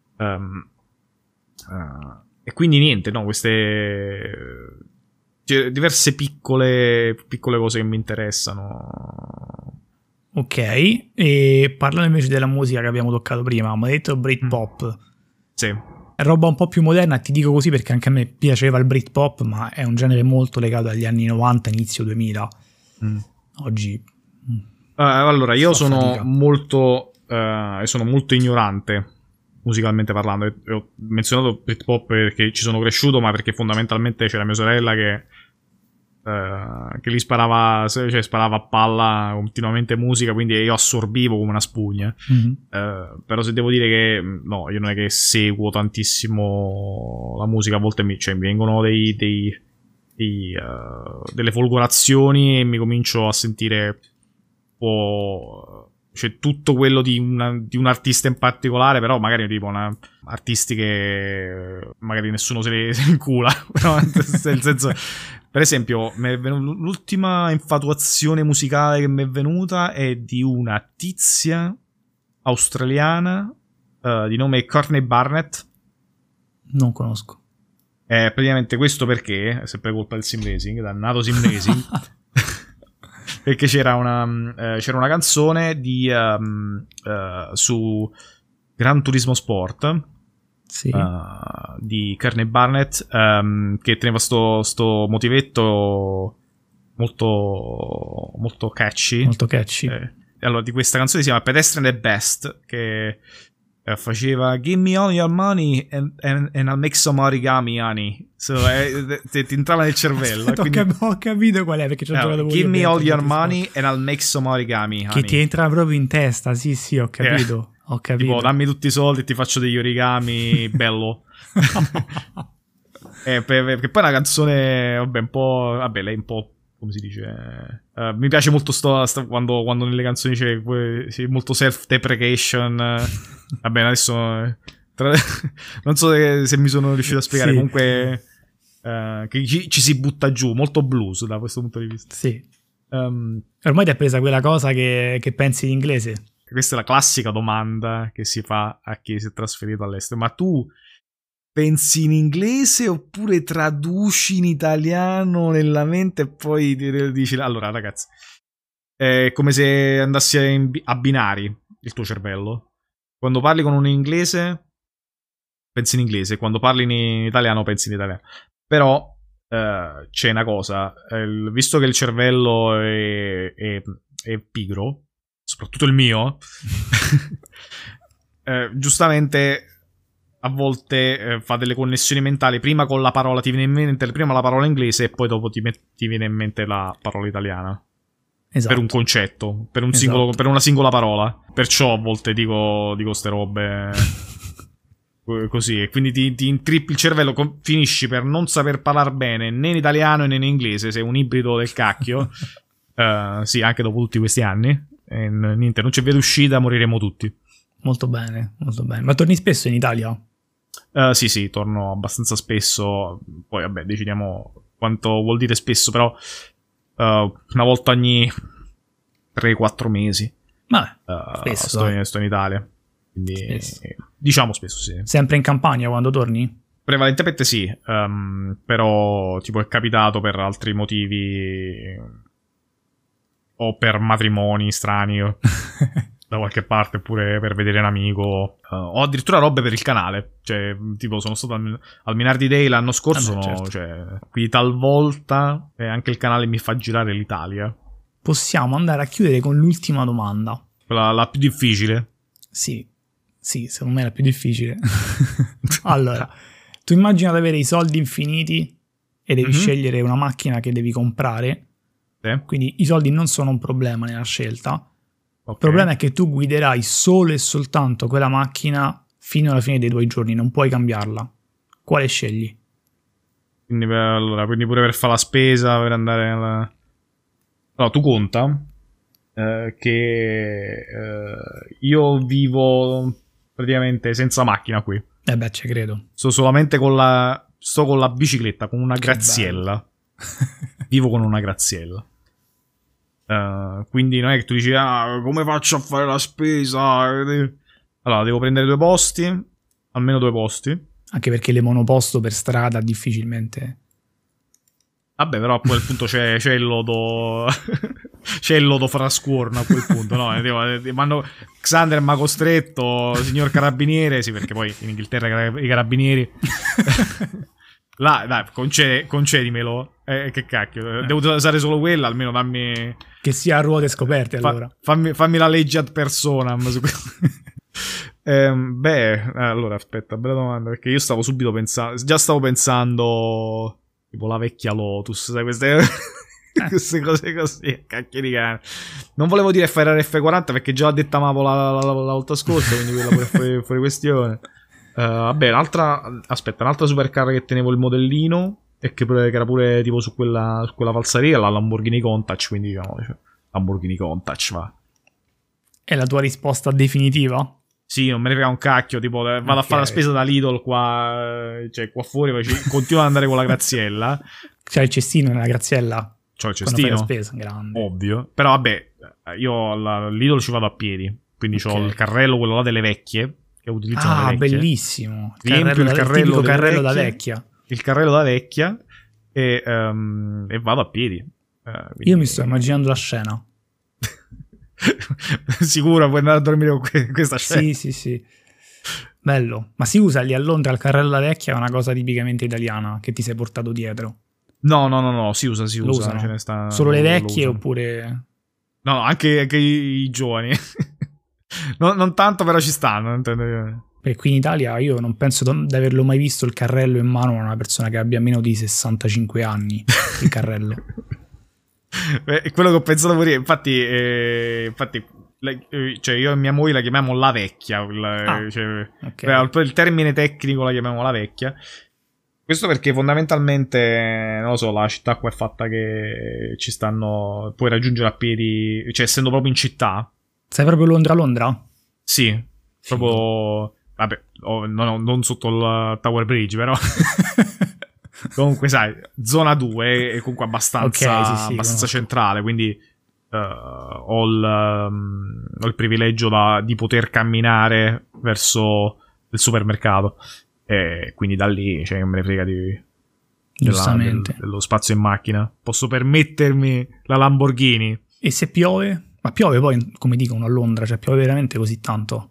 E quindi niente, no, queste diverse piccole cose che mi interessano. Ok, e parlando invece della musica che abbiamo toccato prima, mi hai detto Britpop. Sì. È roba un po' più moderna, ti dico così perché anche a me piaceva il Britpop, ma è un genere molto legato agli anni 90, inizio 2000. Oggi allora, io sono molto ignorante musicalmente parlando. Ho menzionato Britpop perché ci sono cresciuto, ma perché fondamentalmente c'era mia sorella che gli sparava a palla continuamente musica, quindi io assorbivo come una spugna. Però se devo dire che no, io non è che seguo tantissimo la musica, a volte mi vengono delle folgorazioni e mi comincio a sentire un po', cioè tutto quello di un artista in particolare, però magari tipo artisti che magari nessuno se ne incula. No? Nel senso, per esempio, l'ultima infatuazione musicale che mi è venuta è di una tizia australiana di nome Courtney Barnett. Non conosco. Praticamente questo perché è sempre colpa del sim racing, dannato sim racing. Perché c'era una canzone su Gran Turismo Sport. Sì. Di Courtney Barnett, che teneva sto motivetto molto molto catchy. Molto catchy. Allora, di questa canzone si chiama Pedestrian at Best, che faceva Give me all your money and I'll make some origami, honey. Ti entrava nel cervello. Aspetta, quindi ho capito qual è, perché ci ho giocato. Give me all your money and I'll make some origami, honey. Che ti entra proprio in testa, sì, ho capito. Ho capito. Tipo, dammi tutti i soldi e ti faccio degli origami, bello. Perché poi è una canzone, vabbè, un po'. Vabbè, lei un po'. Come si dice? Mi piace molto quando nelle canzoni c'è molto self-deprecation. Vabbè, adesso. Non so se mi sono riuscito a spiegare. Sì. Comunque. Che ci si butta giù, molto blues da questo punto di vista. Sì. Ormai ti è presa quella cosa che pensi in inglese. Questa è la classica domanda che si fa a chi si è trasferito all'estero. Ma tu pensi in inglese oppure traduci in italiano nella mente e poi dici... Allora, ragazzi, è come se andassi a binari il tuo cervello. Quando parli con un inglese, pensi in inglese. Quando parli in italiano, pensi in italiano. Però c'è una cosa. Visto che il cervello è pigro, soprattutto il mio, giustamente a volte fa delle connessioni mentali. Prima con la parola ti viene in mente prima la parola inglese e poi dopo ti viene in mente la parola italiana. Esatto. Per un concetto, per una singola parola. Perciò a volte dico ste robe così, e quindi ti intrippi il cervello, finisci per non saper parlare bene né in italiano né in inglese, sei un ibrido del cacchio. Sì, anche dopo tutti questi anni. E niente, non c'è via d'uscita, moriremo tutti. Molto bene, molto bene. Ma torni spesso in Italia? Sì, torno abbastanza spesso. Poi vabbè, decidiamo quanto vuol dire spesso, però una volta ogni 3-4 mesi. Vabbè, sto in Italia. Quindi, spesso. diciamo spesso sì. Sempre in campagna quando torni? Prevalentemente sì, però tipo è capitato per altri motivi o per matrimoni strani da qualche parte, oppure per vedere un amico, o addirittura robe per il canale. Cioè, tipo, sono stato al Minardi Day l'anno scorso, certo. cioè, quindi talvolta anche il canale mi fa girare l'Italia. Possiamo andare a chiudere con l'ultima domanda. Quella la più difficile. Sì, secondo me è la più difficile. Allora, tu immagina di avere i soldi infiniti e devi scegliere una macchina che devi comprare. Quindi i soldi non sono un problema nella scelta. Il problema è che tu guiderai solo e soltanto quella macchina fino alla fine dei tuoi giorni, non puoi cambiarla. Quale scegli? Quindi pure per fare la spesa, per andare alla... Allora, tu conta che io vivo praticamente senza macchina qui. Beh, ci credo. Sto solamente con la bicicletta, con una graziella. Vivo con una graziella. Quindi non è che tu dici, come faccio a fare la spesa? Allora, devo prendere almeno 2 posti. Anche perché le monoposto per strada difficilmente... Vabbè, però a quel punto c'è il lodo. C'è il lodo frascuorno a quel punto, no? Xander mi ha costretto, signor carabiniere. Sì, perché poi in Inghilterra i carabinieri. Là, dai, concedimelo. Che cacchio, devo usare solo quella, almeno dammi. Che sia a ruote scoperte, allora. Fammi la legge ad personam. Allora, aspetta, bella domanda. Perché io stavo subito pensando. Tipo la vecchia Lotus, sai, queste cose così, cacchio di cane. Non volevo dire Ferrari F40 perché già l'ha detta Mavo la volta scorsa, quindi quella pure fuori questione. Vabbè, un'altra supercar che tenevo il modellino e che era pure tipo su quella falsaria, la Lamborghini Countach, quindi diciamo Lamborghini Countach, va. È la tua risposta definitiva? Sì, non me ne frega un cacchio, tipo vado a fare la spesa da Lidl qua, cioè qua fuori, continuo ad andare con la graziella. C'hai il cestino nella graziella? C'ho il cestino, la spesa, grande. Ovvio. Però vabbè, io al Lidl ci vado a piedi, quindi c'ho il carrello, quello là delle vecchie, che utilizzano le vecchie. Bellissimo. Riempio il tipico carrello da vecchia. Il carrello da vecchia e vado a piedi. Quindi... Io mi sto immaginando la scena. Sicuro puoi andare a dormire con questa scena? Sì. Bello. Ma si usa lì a Londra il carrello da vecchia? È una cosa tipicamente italiana che ti sei portato dietro? No, si usa. Ce ne sta, solo le vecchie oppure... No, anche i giovani. non tanto, però ci stanno. Perché qui in Italia io non penso di averlo mai visto il carrello in mano a una persona che abbia meno di 65 anni. Il carrello. È quello che ho pensato pure io. Infatti cioè io e mia moglie la chiamiamo la vecchia. Il termine tecnico la chiamiamo la vecchia. Questo perché fondamentalmente, non lo so, la città qua è fatta che ci stanno, puoi raggiungere a piedi, cioè essendo proprio in città. Sei proprio Londra? Sì, proprio, vabbè, non sotto il Tower Bridge, però. Comunque sai, zona 2 è comunque abbastanza centrale, quindi ho il privilegio di poter camminare verso il supermercato. E quindi da lì, cioè, non me ne frega dello spazio in macchina. Posso permettermi la Lamborghini. E se piove? Ma piove poi, come dicono a Londra, cioè piove veramente così tanto?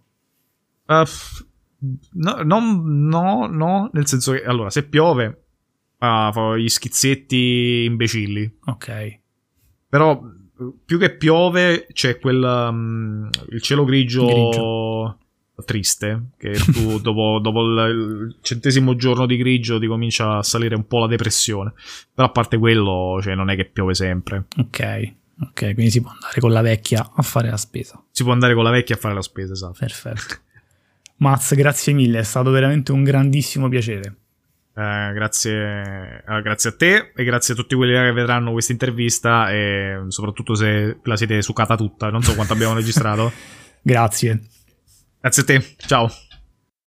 No, nel senso che, allora, se piove, fa gli schizzetti imbecilli. Ok. Però, più che piove, c'è il cielo grigio. Triste, che tu dopo il 100° giorno di grigio ti comincia a salire un po' la depressione. Però a parte quello, cioè, non è che piove sempre. Ok, quindi si può andare con la vecchia a fare la spesa. Esatto. Perfetto. Maz, grazie mille, è stato veramente un grandissimo piacere. Grazie a te e grazie a tutti quelli che vedranno questa intervista, e soprattutto se la siete succata tutta. Non so quanto abbiamo registrato. Grazie a te, ciao.